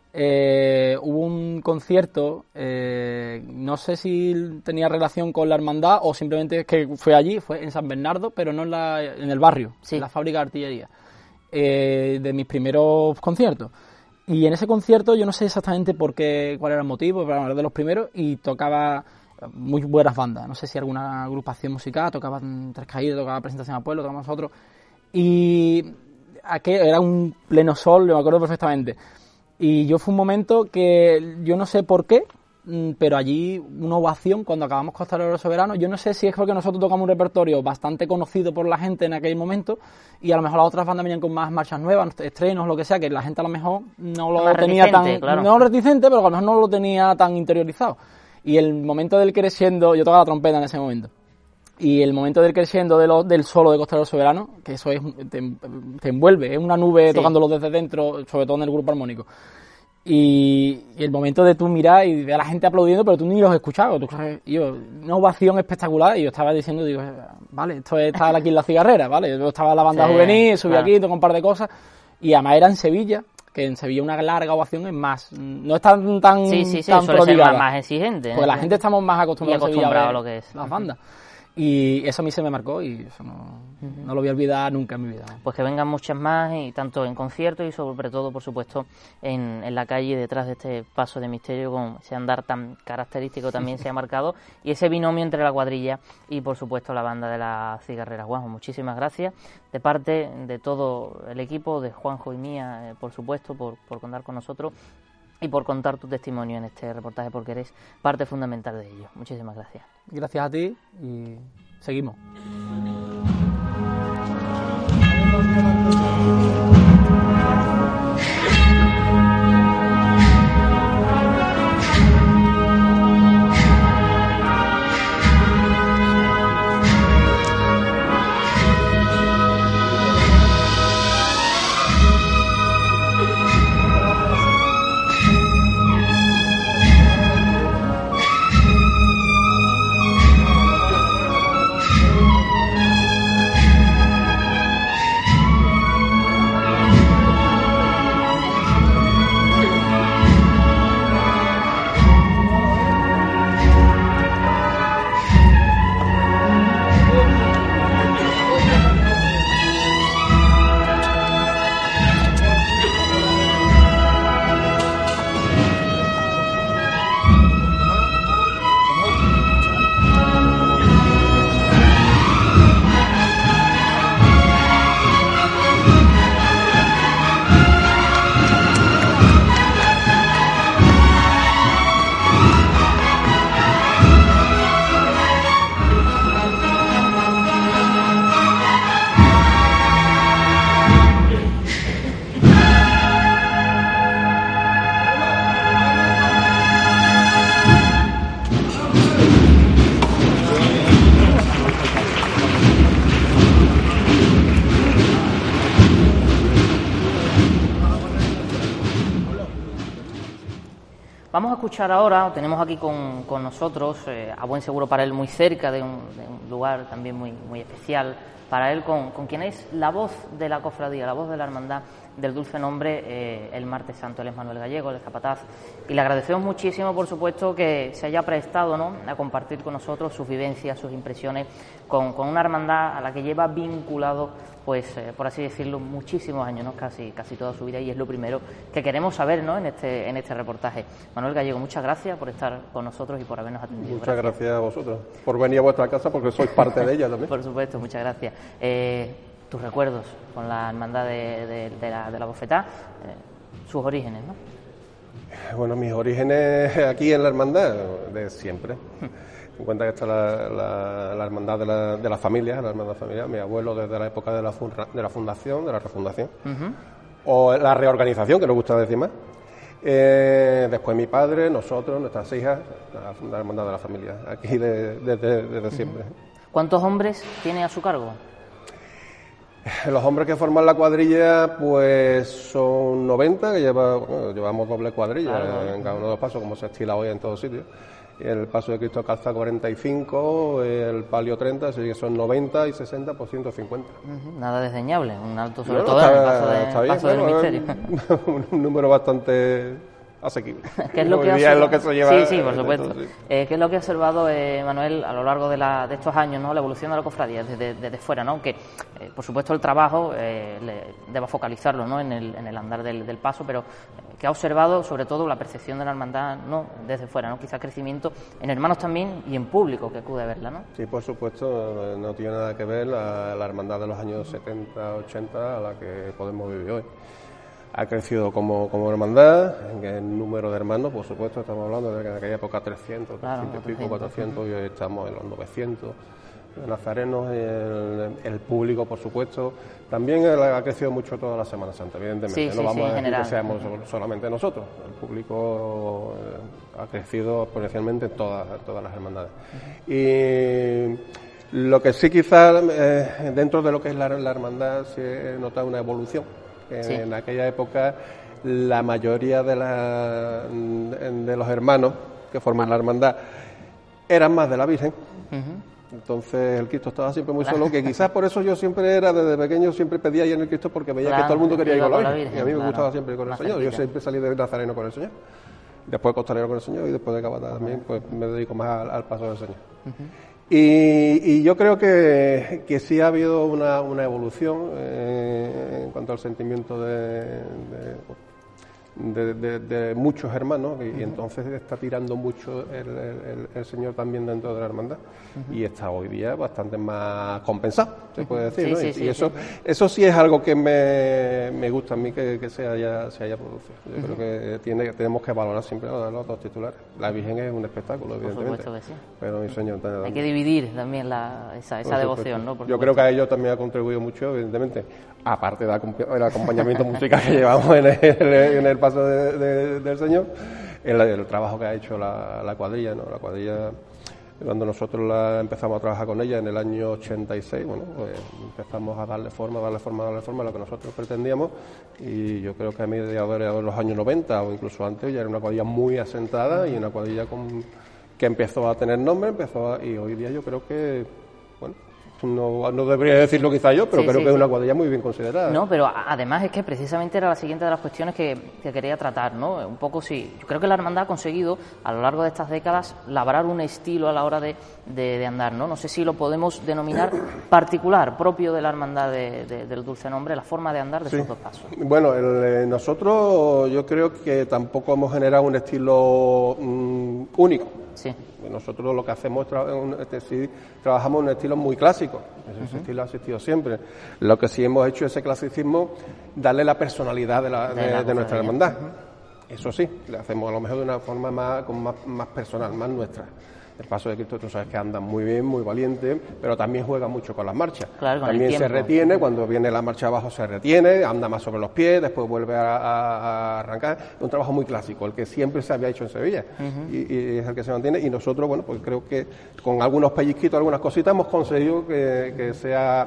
Hubo un concierto, no sé si tenía relación con la hermandad o simplemente es que fue allí, fue en San Bernardo, pero no en el barrio, en la fábrica de artillería, de mis primeros conciertos. Y en ese concierto yo no sé exactamente cuál era el motivo, pero era de los primeros, y tocaba muy buenas bandas. No sé si alguna agrupación musical, tocaba Tres Caídas, tocaba Presentación al Pueblo, tocábamos nosotros. Y aquello era un pleno sol, me acuerdo perfectamente. Y fue un momento que yo no sé por qué, pero allí una ovación cuando acabamos Costalero Soberano. Yo no sé si es porque nosotros tocamos un repertorio bastante conocido por la gente en aquel momento y a lo mejor las otras bandas venían con más marchas nuevas, estrenos, lo que sea, que la gente a lo mejor no lo tenía tan... Claro. No reticente, pero a lo mejor no lo tenía tan interiorizado. Y el momento del crescendo, yo tocaba la trompeta en ese momento, y el momento del crescendo del solo de Costalero Soberano, que eso te envuelve, es una nube tocándolo desde dentro, sobre todo en el grupo armónico. Y el momento de tú mirar y ver a la gente aplaudiendo, pero tú ni los escuchabas. Una ovación espectacular, y yo estaba diciendo, vale, esto es estar aquí en La Cigarrera, ¿vale? Yo estaba en la banda juvenil, subí aquí, toco un par de cosas, y además era en Sevilla, que en Sevilla una larga ovación es más, no es tan suele ser más exigente. Pues la gente estamos más acostumbrados a lo que es las bandas. Y eso a mí se me marcó y eso no lo voy a olvidar nunca en mi vida. Pues que vengan muchas más, y tanto en conciertos y sobre todo, por supuesto, en la calle, detrás de este paso de misterio, con ese andar tan característico también se ha marcado, y ese binomio entre la cuadrilla y, por supuesto, la banda de La Cigarrera. Juanjo, muchísimas gracias de parte de todo el equipo, de Juanjo y mía, por supuesto, por contar con nosotros y por contar tu testimonio en este reportaje, porque eres parte fundamental de ello. Muchísimas gracias. Gracias a ti y seguimos. Vamos a escuchar ahora, tenemos aquí con nosotros, a buen seguro para él, muy cerca de un lugar también muy especial para él, con quien es la voz de la cofradía, la voz de la hermandad del Dulce Nombre el martes santo. Él es Manuel Gallego, el capataz, y le agradecemos muchísimo, por supuesto, que se haya prestado, ¿no?, a compartir con nosotros sus vivencias, sus impresiones con una hermandad a la que lleva vinculado, pues por así decirlo, muchísimos años, ¿no?, casi toda su vida, y es lo primero que queremos saber, ¿no?, en este reportaje. Manuel Gallego, muchas gracias por estar con nosotros y por habernos atendido. Muchas gracias a vosotros por venir a vuestra casa, porque sois parte de ella también. Por supuesto, muchas gracias. Tus recuerdos con la hermandad de la Bofetá, sus orígenes, ¿no? Bueno, mis orígenes aquí en la hermandad, de siempre. En cuenta que está la hermandad de la familia, la hermandad familiar, mi abuelo desde la época de la fundación, de la refundación, o la reorganización, que nos gusta decir más. Después mi padre, nosotros, nuestras hijas, la hermandad de la familia, aquí desde siempre. ¿Cuántos hombres tiene a su cargo? Los hombres que forman la cuadrilla, pues son 90, que llevamos doble cuadrilla, claro, en cada uno de los pasos, como se estila hoy en todos sitios. Y el paso de Cristo calza 45, el palio 30, así que son 90 y 60 por 150. Nada desdeñable, un alto sobre todo en el paso del misterio. Un número bastante asequible. ¿Qué es lo que es lo que se lleva? Sí, por supuesto. ¿Qué es lo que ha observado, Manuel, a lo largo de estos años, ¿no?, la evolución de la cofradía desde fuera, ¿no? Que por supuesto el trabajo deba focalizarlo, ¿no?, en el andar del paso, pero que ha observado sobre todo la percepción de la hermandad, ¿no?, desde fuera, ¿no? Quizá crecimiento en hermanos también y en público que acude a verla, ¿no? Sí, por supuesto, no tiene nada que ver la hermandad de los años 70, 80 a la que podemos vivir hoy. Ha crecido como hermandad, en número de hermanos, por supuesto, estamos hablando de que en aquella época 300, claro, 300 y pico, 400, y hoy estamos en los 900 nazarenos, el público, por supuesto. También ha crecido mucho toda la Semana Santa, evidentemente. No vamos a decir que seamos solamente nosotros. El público ha crecido exponencialmente en todas las hermandades. Y lo que sí quizás, dentro de lo que es la hermandad, sí he notado una evolución. En aquella época la mayoría de los hermanos que forman la hermandad eran más de la Virgen. Entonces el Cristo estaba siempre muy solo, que quizás por eso yo siempre era, desde pequeño, siempre pedía ir en el Cristo, porque veía que todo el mundo quería ir con la Virgen. Y a mí me gustaba siempre ir con el Señor. Yo siempre salí de nazareno con el Señor, después costalero con el Señor, y después de capataz también, pues me dedico más al paso del Señor. Y yo creo que sí ha habido una evolución en cuanto al sentimiento de muchos hermanos, y entonces está tirando mucho el Señor también dentro de la hermandad, y está hoy día bastante más compensado, se puede decir, ¿no? Y eso sí es algo que me gusta a mí que se haya producido. Yo creo que tenemos que valorar siempre los dos titulares. La Virgen es un espectáculo, evidentemente, por supuesto que sí, pero mi Señor hay que dividir también esa devoción, ¿no? Yo creo que a ello también ha contribuido mucho, evidentemente, aparte del acompañamiento musical que llevamos en el paso del Señor, el trabajo que ha hecho la cuadrilla, ¿no? La cuadrilla, cuando nosotros empezamos a trabajar con ella en el año 86, bueno, pues empezamos a darle forma a lo que nosotros pretendíamos, y yo creo que a mediados de los años 90 o incluso antes ya era una cuadrilla muy asentada y una cuadrilla que empezó a tener nombre, y hoy día yo creo que, bueno, no debería decirlo quizá yo, pero creo que es una cuadrilla muy bien considerada. No, pero además es que precisamente era la siguiente de las cuestiones que quería tratar, ¿no? Un poco yo creo que la hermandad ha conseguido a lo largo de estas décadas labrar un estilo a la hora de andar, ¿no? No sé si lo podemos denominar particular, propio de la hermandad del Dulce Nombre, la forma de andar de sus dos pasos. Bueno, nosotros yo creo que tampoco hemos generado un estilo único. Sí. Nosotros lo que hacemos es trabajamos en un estilo muy clásico, ese estilo ha existido siempre. Lo que sí hemos hecho ese clasicismo, darle la personalidad de nuestra hermandad. Eso sí, le hacemos a lo mejor de una forma más personal, más nuestra. El paso de Cristo, tú sabes que anda muy bien, muy valiente, pero también juega mucho con las marchas. Claro, también se retiene, cuando viene la marcha abajo se retiene, anda más sobre los pies, después vuelve a arrancar. Es un trabajo muy clásico, el que siempre se había hecho en Sevilla, y es el que se mantiene. Y nosotros, bueno, pues creo que con algunos pellizquitos, algunas cositas, hemos conseguido que sea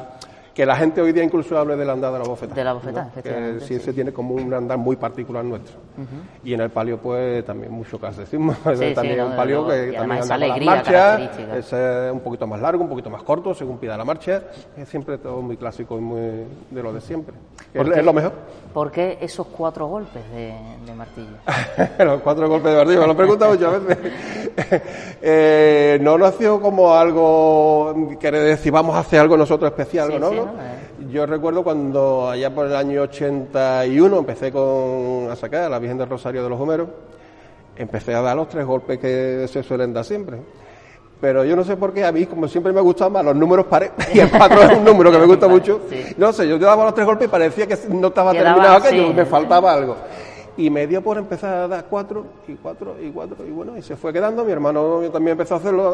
que la gente hoy día incluso hable del andar de la bofeta. De la bofeta, ¿no? efectivamente. Que sí, se tiene como un andar muy particular nuestro. Y en el palio, pues también mucho clasicismo. También un palio que también anda con las marchas, es un poquito más largo, un poquito más corto, según pida la marcha. Es siempre todo muy clásico y muy de lo de siempre. Es lo mejor. ¿Por qué esos 4 golpes de martillo? Los 4 golpes de martillo, me lo he preguntado muchas veces. No nació como algo, quiere decir, vamos a hacer algo nosotros especial, ¿no? Yo recuerdo cuando allá por el año 81 empecé a sacar a la Virgen del Rosario de los Homeros, empecé a dar los 3 golpes que se suelen dar siempre. Pero yo no sé por qué, a mí como siempre me gustaban más los números pares, y el 4 es un número que me gusta mucho. No sé, yo daba los 3 golpes y parecía que no estaba terminado aquello, me faltaba algo. Y me dio por empezar a dar 4 y 4 y 4 y bueno, y se fue quedando. Mi hermano también empezó a hacerlo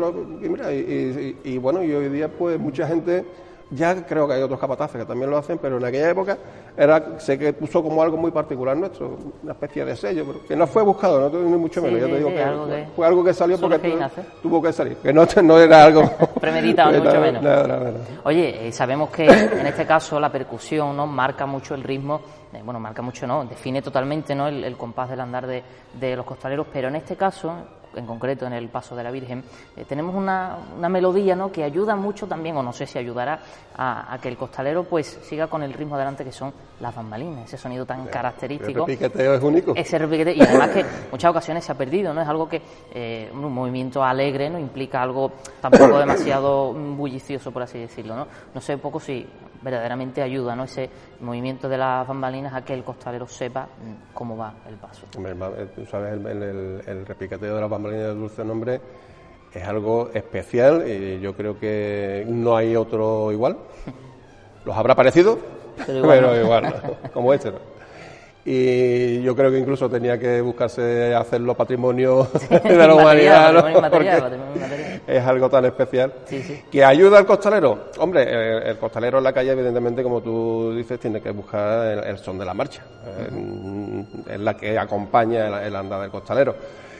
y bueno, y hoy día pues mucha gente, ya creo que hay otros capataces que también lo hacen, pero en aquella época sé que puso como algo muy particular nuestro, una especie de sello, pero que no fue buscado, no ni mucho menos. Yo te digo que fue algo que salió porque tuvo que salir, que no era algo premeditado, ni mucho menos. No. Oye, sabemos que en este caso la percusión, ¿no?, marca mucho el ritmo. Bueno, marca mucho, no, define totalmente, ¿no?, el compás del andar de los costaleros, pero en este caso, en concreto en el Paso de la Virgen, tenemos una melodía, ¿no?, que ayuda mucho también, o no sé si ayudará a que el costalero pues siga con el ritmo adelante, que son las bambalinas, ese sonido tan característico. El repiqueteo es único. Ese repiqueteo, y además que muchas ocasiones se ha perdido, ¿no? Es algo que un movimiento alegre, no implica algo tampoco demasiado bullicioso, por así decirlo, ¿no? No sé un poco si verdaderamente ayuda, ¿no?, ese movimiento de las bambalinas a que el costalero sepa cómo va el paso. Tú sabes, el repiqueteo de las bambalinas del Dulce Nombre es algo especial y yo creo que no hay otro igual. Los habrá parecido, pero igual, como este, ¿no? Y yo creo que incluso tenía que buscarse hacerlo patrimonio de la humanidad, ¿no? Es algo tan especial que ayuda al costalero. Hombre, el costalero en la calle, evidentemente, como tú dices, tiene que buscar el son de la marcha, es la que acompaña el andar del costalero.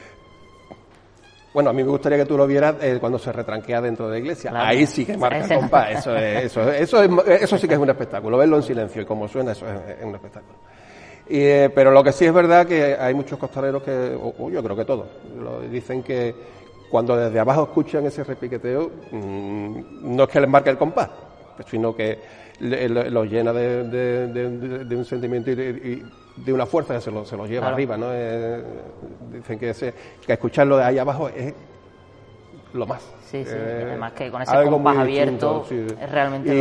Bueno, a mí me gustaría que tú lo vieras cuando se retranquea dentro de la iglesia. Claro. Ahí sí que marca compás. Eso sí que es un espectáculo. Verlo en silencio y cómo suena, eso es un espectáculo. Pero lo que sí es verdad que hay muchos costaleros que, o yo creo que todos, dicen que cuando desde abajo escuchan ese repiqueteo, no es que les marque el compás, sino que los llena de un sentimiento y de una fuerza que se lo lleva arriba, ¿no? Dicen que escucharlo de ahí abajo es lo más. Sí, además que con ese compás abierto es realmente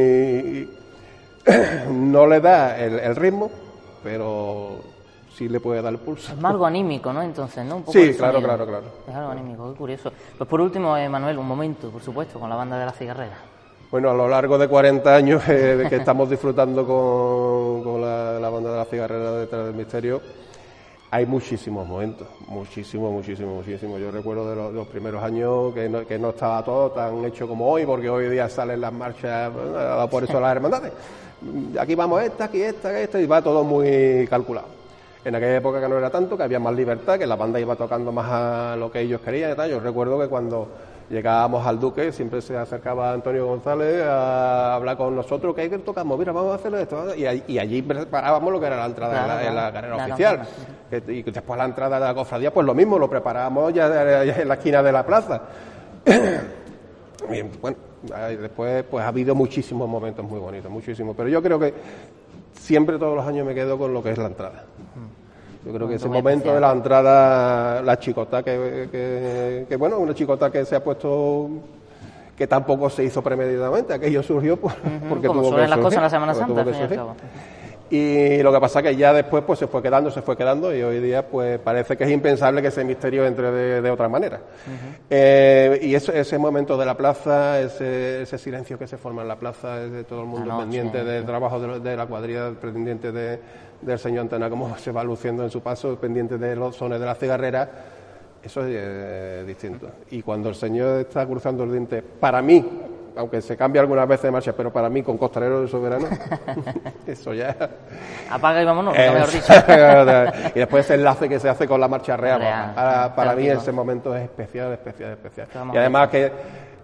no le da el ritmo, pero sí le puede dar el pulso. Es más algo anímico, ¿no? Entonces, ¿no? Un poco sí, claro. Es algo anímico, qué curioso. Pues por último, Manuel, un momento, por supuesto, con la banda de la cigarrera. Bueno, a lo largo de 40 años que estamos disfrutando con la banda de la cigarrera detrás del misterio, hay muchísimos momentos, muchísimos. Yo recuerdo de los primeros años que no estaba todo tan hecho como hoy, porque hoy día salen las marchas, por eso las hermandades. Aquí vamos aquí esta, y va todo muy calculado. En aquella época que no era tanto, que había más libertad, que la banda iba tocando más a lo que ellos querían y tal. Yo recuerdo que cuando llegábamos al Duque, siempre se acercaba Antonio González a hablar con nosotros, que tocamos, mira, vamos a hacer esto, y allí preparábamos lo que era la entrada en la carrera oficial. Y después la entrada de la cofradía, pues lo mismo, lo preparábamos ya en la esquina de la plaza. Bien, bueno, después pues ha habido muchísimos momentos muy bonitos, muchísimos, pero yo creo que siempre todos los años me quedo con lo que es la entrada. Yo creo que ese momento de la entrada, la chicota que bueno, una chicota que se ha puesto, que tampoco se hizo premeditadamente, aquello surgió porque como tuvo que surgir. Las cosas en la Semana Santa, y lo que pasa que ya después pues se fue quedando y hoy día pues parece que es impensable que ese misterio entre de otra manera. Y ese momento de la plaza, ese silencio que se forma en la plaza, de todo el mundo pendiente del trabajo de la cuadrilla, pendiente del señor Antena, cómo se va luciendo en su paso, pendiente de los sones de la cigarrera, eso es distinto. Y cuando el señor está cruzando el diente, para mí, aunque se cambia algunas veces de marcha, pero para mí con Costalero del Soberano, eso ya... Apaga y vámonos, mejor dicho. Y después ese enlace que se hace con la marcha real, para mí ese momento es especial. Y además que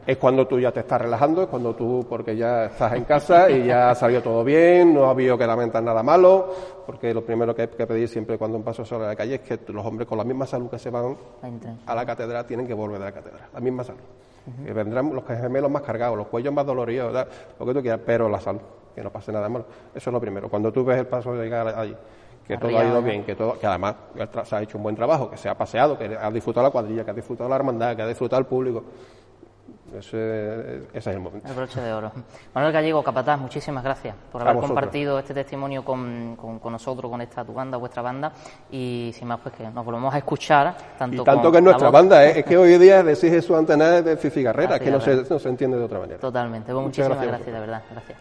es cuando tú ya te estás relajando, es cuando tú, porque ya estás en casa y ya ha salido todo bien, no ha habido que lamentar nada malo, porque lo primero que hay que pedir siempre cuando un paso sobre la calle es que los hombres con la misma salud que se van a la catedral tienen que volver de la catedral, la misma salud. Que vendrán los gemelos más cargados, los cuellos más doloridos, ¿verdad? Lo que tú quieras, pero la salud, que no pase nada malo. Eso es lo primero. Cuando tú ves el paso de llegar allí, que todo ha ido bien, que además se ha hecho un buen trabajo, que se ha paseado, que ha disfrutado la cuadrilla, que ha disfrutado la hermandad, que ha disfrutado el público. Ese es el momento. El broche de oro. Manuel Gallego, capataz, muchísimas gracias por haber compartido este testimonio con nosotros, con esta tu banda, vuestra banda, y sin más, pues que nos volvemos a escuchar. Tanto que es nuestra banda, es que hoy día decir Jesús ante nada es decir cigarrera, es que no se entiende de otra manera. Totalmente. Pues muchísimas gracias, de verdad. Gracias.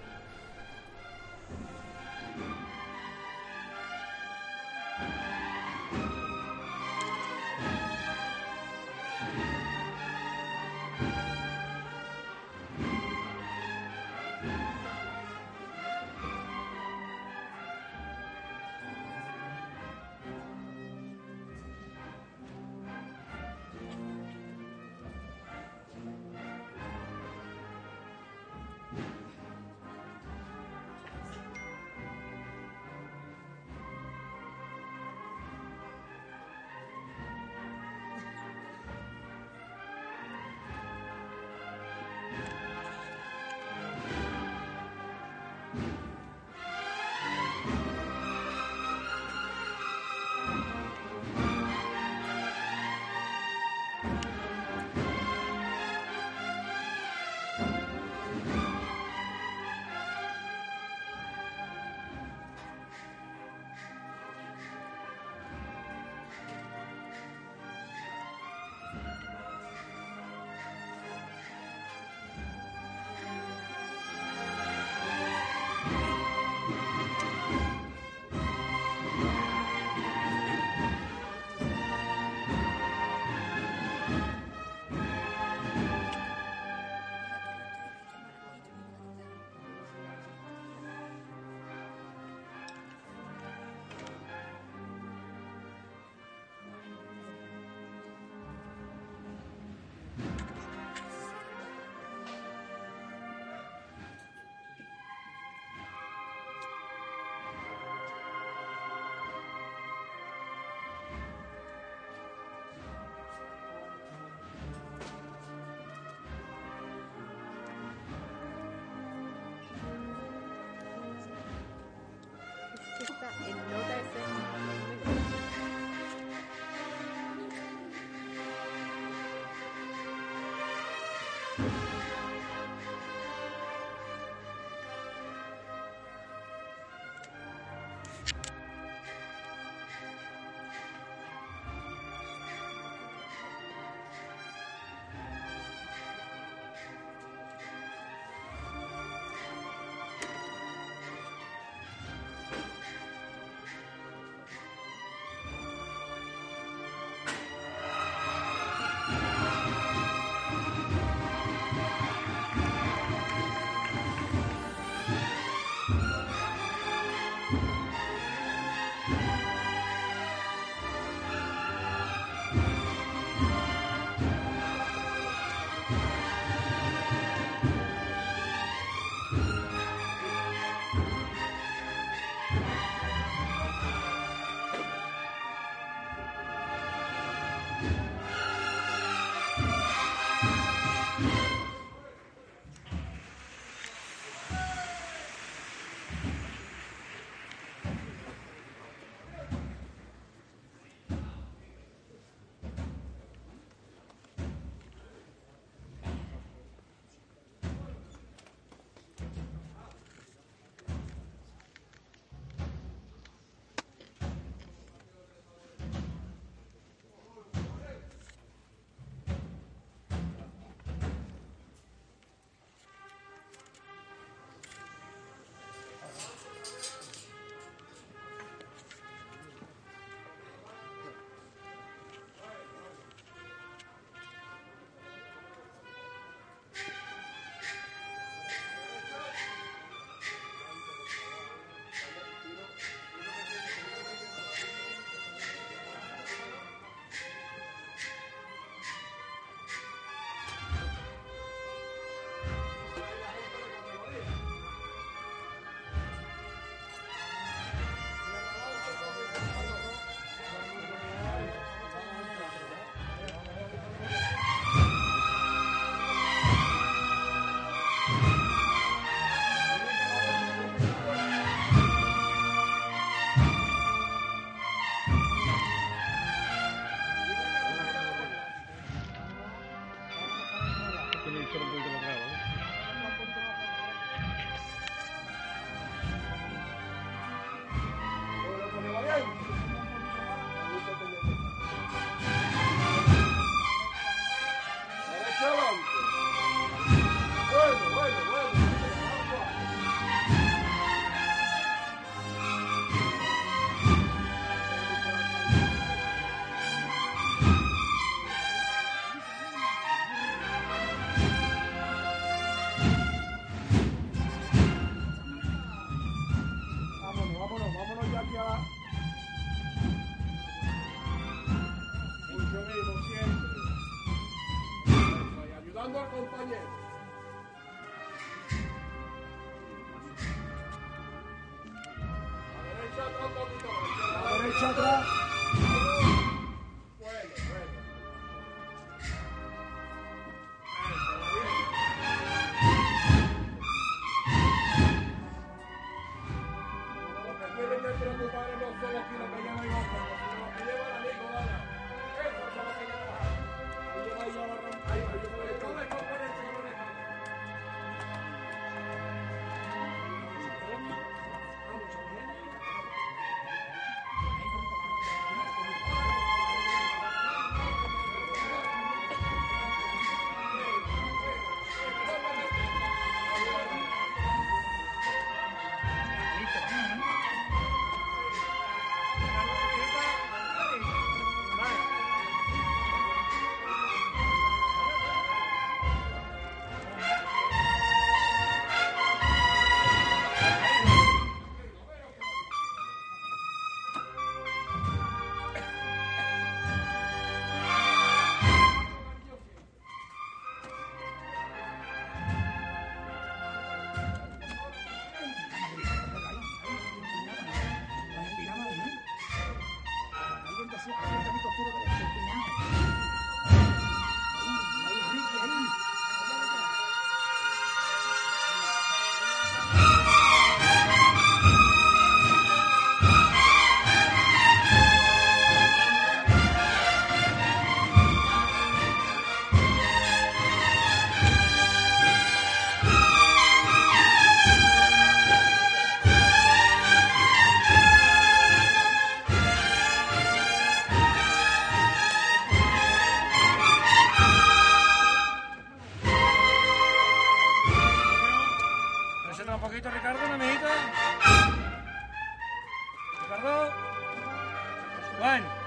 La derecha atrás. Un poquito, Ricardo, una amiguita. Ricardo. Juan.